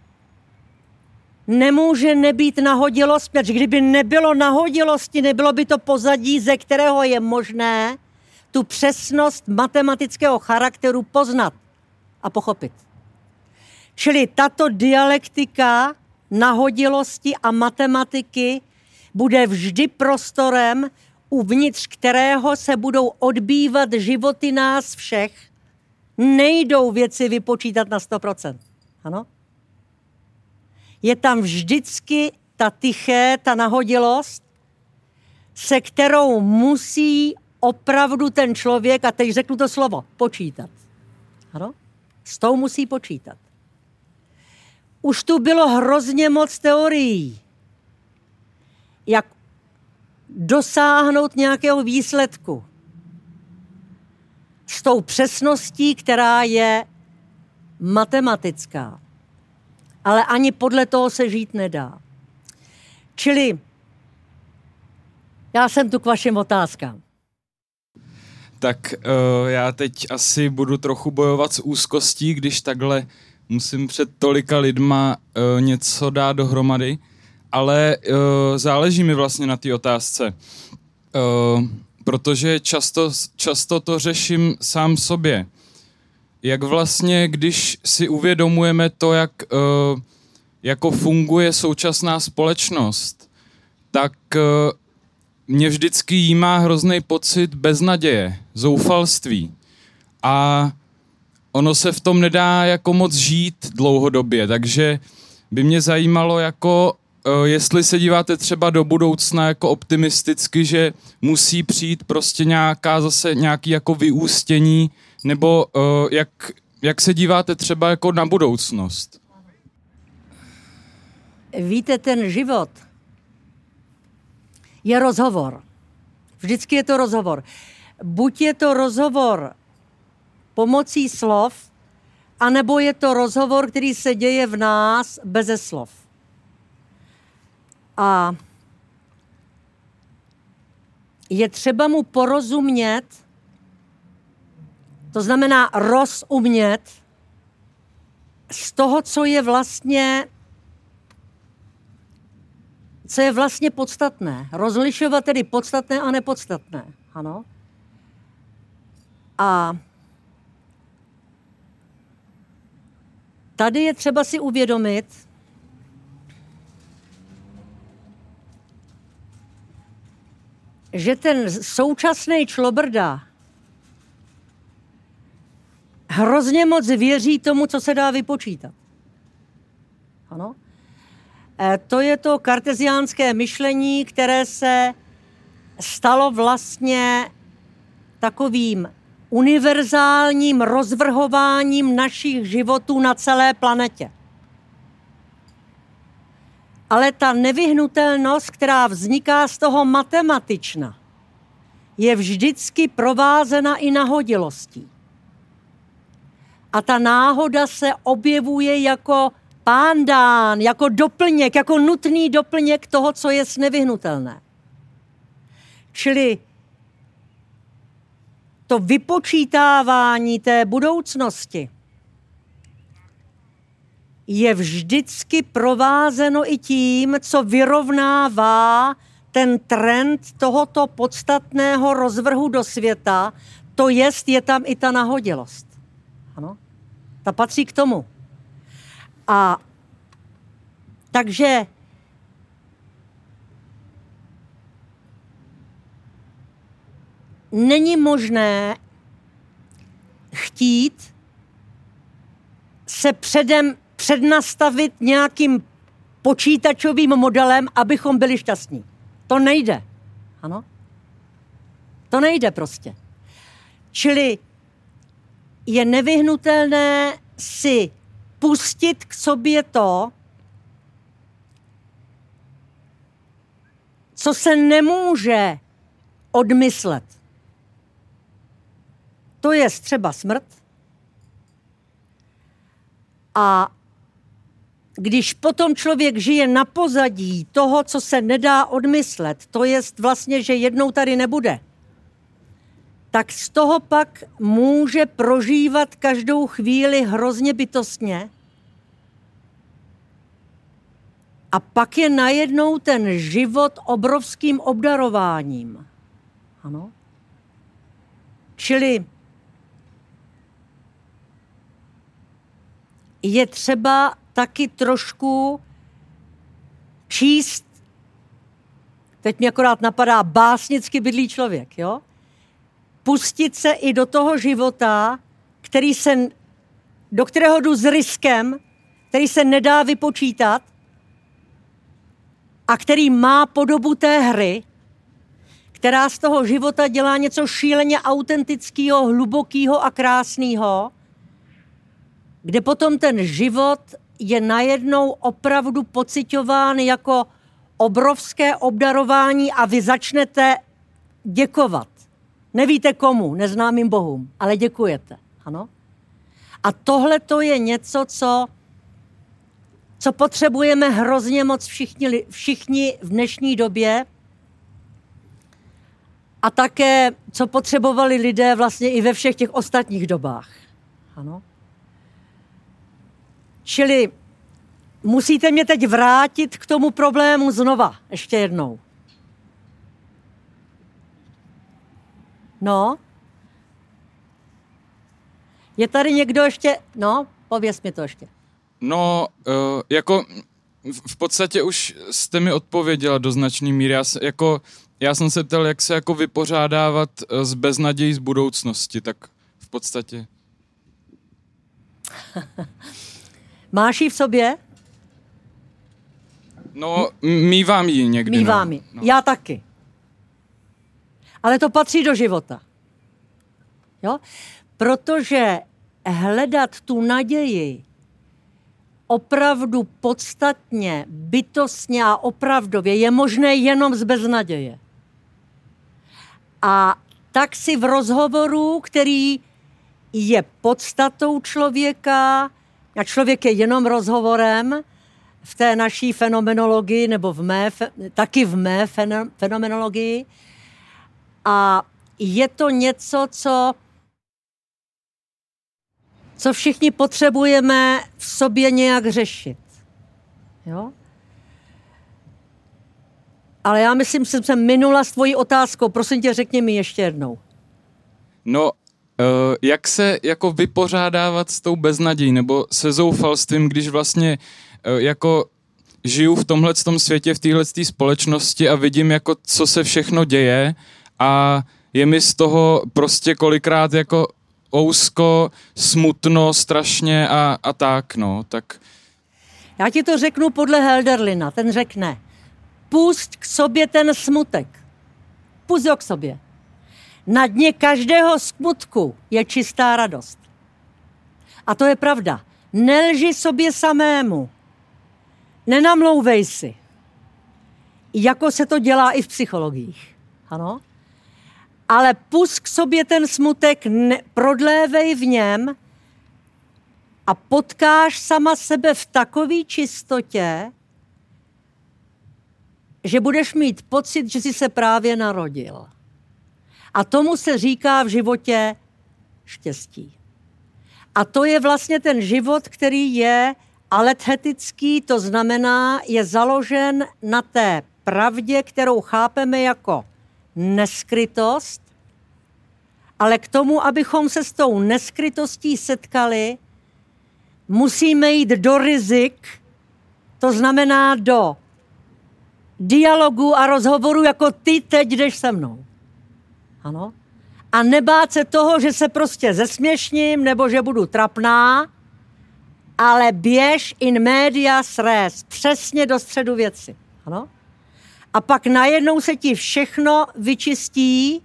nemůže nebýt nahodilost, protože kdyby nebylo nahodilosti, nebylo by to pozadí, ze kterého je možné tu přesnost matematického charakteru poznat a pochopit. Čili tato dialektika nahodilosti a matematiky bude vždy prostorem, uvnitř kterého se budou odbývat životy nás všech. Nejdou věci vypočítat na sto procent. Ano? Je tam vždycky ta tiché, ta nahodilost, se kterou musí opravdu ten člověk, a teď řeknu to slovo, počítat. Ano? S tou musí počítat. Už tu bylo hrozně moc teorií, jak dosáhnout nějakého výsledku s tou přesností, která je matematická. Ale ani podle toho se žít nedá. Čili já jsem tu k vašim otázkám.
Tak uh, já teď asi budu trochu bojovat s úzkostí, když takhle musím před tolika lidma uh, něco dát dohromady, ale uh, záleží mi vlastně na té otázce, uh, protože často, často to řeším sám sobě. Jak vlastně, když si uvědomujeme to, jak uh, jako funguje současná společnost, tak uh, mě vždycky jímá hrozný pocit beznaděje, zoufalství. A ono se v tom nedá jako moc žít dlouhodobě, takže by mě zajímalo, jako, jestli se díváte třeba do budoucna jako optimisticky, že musí přijít prostě nějaká zase nějaký jako vyústění, nebo jak, jak se díváte třeba jako na budoucnost?
Víte, ten život je rozhovor. Vždycky je to rozhovor. Buď je to rozhovor pomocí slov, anebo je to rozhovor, který se děje v nás beze slov. A je třeba mu porozumět, to znamená rozumět z toho, co je vlastně co je vlastně podstatné. Rozlišovat tedy podstatné a nepodstatné. Ano. A tady je třeba si uvědomit, že ten současný člobrda hrozně moc věří tomu, co se dá vypočítat. Ano. To je to karteziánské myšlení, které se stalo vlastně takovým univerzálním rozvrhováním našich životů na celé planetě. Ale ta nevyhnutelnost, která vzniká z toho matematična, je vždycky provázena i nahodilostí. A ta náhoda se objevuje jako pándán, jako doplněk, jako nutný doplněk toho, co je nevyhnutelné. Čili to vypočítávání té budoucnosti je vždycky provázeno i tím, co vyrovnává ten trend tohoto podstatného rozvrhu do světa, to jest, je tam i ta nahodilost. Ano? Ta patří k tomu. A takže není možné chtít se předem přednastavit nějakým počítačovým modelem, abychom byli šťastní. To nejde. Ano? To nejde prostě. Čili je nevyhnutelné si pustit k sobě to, co se nemůže odmyslet. To je třeba smrt. A když potom člověk žije na pozadí toho, co se nedá odmyslet, to je vlastně, že jednou tady nebude, tak z toho pak může prožívat každou chvíli hrozně bytostně. A pak je najednou ten život obrovským obdarováním. Ano. Čili je třeba taky trošku číst, teď mě akorát napadá, básnicky bydlý člověk, jo? Pustit se i do toho života, který se, do kterého jdu s riskem, který se nedá vypočítat a který má podobu té hry, která z toho života dělá něco šíleně autentického, hlubokého a krásného, kde potom ten život je najednou opravdu pociťován jako obrovské obdarování a vy začnete děkovat. Nevíte komu, neznámým bohům, ale děkujete. Ano? A tohle to je něco, co, co potřebujeme hrozně moc všichni, všichni v dnešní době a také, co potřebovali lidé vlastně i ve všech těch ostatních dobách. Ano. Čili musíte mě teď vrátit k tomu problému znova, ještě jednou. No. Je tady někdo ještě? No, pověz mi to ještě.
No, uh, jako v podstatě už jste mi odpověděla do značné míry. Já, se, jako, já jsem se ptal, jak se jako vypořádávat s beznadějí z budoucnosti, tak v podstatě.
Máš ji v sobě?
No, mívám ji někdy.
Mívám ji. No. Já taky. Ale to patří do života. Jo? Protože hledat tu naději opravdu podstatně, bytostně a opravdově je možné jenom z beznaděje. A tak si v rozhovoru, který je podstatou člověka, a člověk je jenom rozhovorem v té naší fenomenologii, nebo v mé, taky v mé fenomenologii, a je to něco, co co všichni potřebujeme v sobě nějak řešit. Jo? Ale já myslím, že jsem minula s tvojí otázkou. Prosím tě, řekni mi ještě jednou.
No, uh, jak se jako vypořádávat s tou beznadějí nebo se zoufalstvím, když vlastně uh, jako žiju v tomhletom světě, v téhleté společnosti a vidím, jako co se všechno děje a je mi z toho prostě kolikrát jako ousko, smutno, strašně a, a tak, no, tak...
Já ti to řeknu podle Hölderlina, ten řekne, pusť k sobě ten smutek. Pusť ho k sobě. Na dně každého smutku je čistá radost. A to je pravda. Nelži sobě samému. Nenamlouvej si. Jako se to dělá i v psychologiích. Ano? Ale pusť k sobě ten smutek, ne, prodlévej v něm a potkáš sama sebe v takové čistotě, že budeš mít pocit, že jsi se právě narodil. A tomu se říká v životě štěstí. A to je vlastně ten život, který je alethetický, to znamená, je založen na té pravdě, kterou chápeme jako neskrytost, ale k tomu, abychom se s tou neskrytostí setkali, musíme jít do rizik, to znamená do dialogu a rozhovoru, jako ty teď jdeš se mnou. Ano? A nebát se toho, že se prostě zesměšním, nebo že budu trapná, ale běž in medias res, přesně do středu věci. Ano? A pak najednou se ti všechno vyčistí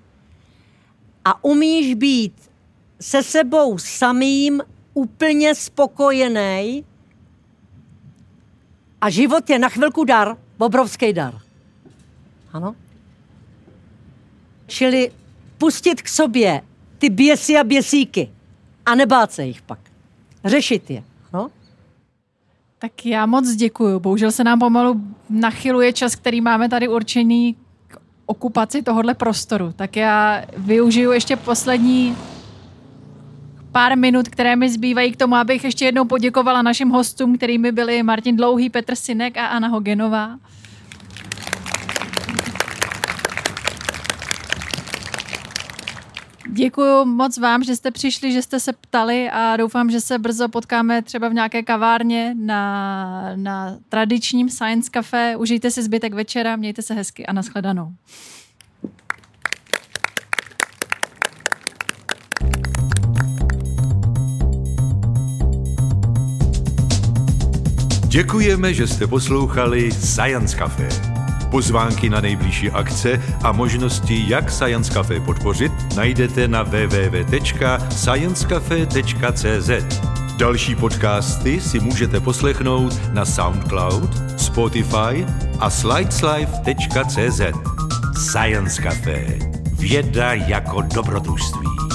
a umíš být se sebou samým úplně spokojený a život je na chvilku dar, obrovský dar. Ano? Čili pustit k sobě ty běsy a běsíky a nebát se jich pak. Řešit je. No?
Tak já moc děkuju. Bohužel se nám pomalu nachyluje čas, který máme tady určený k okupaci tohohle prostoru. Tak já využiju ještě poslední pár minut, které mi zbývají k tomu, abych ještě jednou poděkovala našim hostům, kterými byli Martin Dlouhý, Petr Synek a Anna Hogenová. Děkuju moc vám, že jste přišli, že jste se ptali a doufám, že se brzo potkáme třeba v nějaké kavárně na, na tradičním Science Café. Užijte si zbytek večera, mějte se hezky a nashledanou.
Děkujeme, že jste poslouchali Science Café. Pozvánky na nejbližší akce a možnosti, jak Science Café podpořit, najdete na w w w tečka science cafe tečka c z. Další podcasty si můžete poslechnout na SoundCloud, Spotify a slideslife tečka c z. Science Café. Věda jako dobrodružství.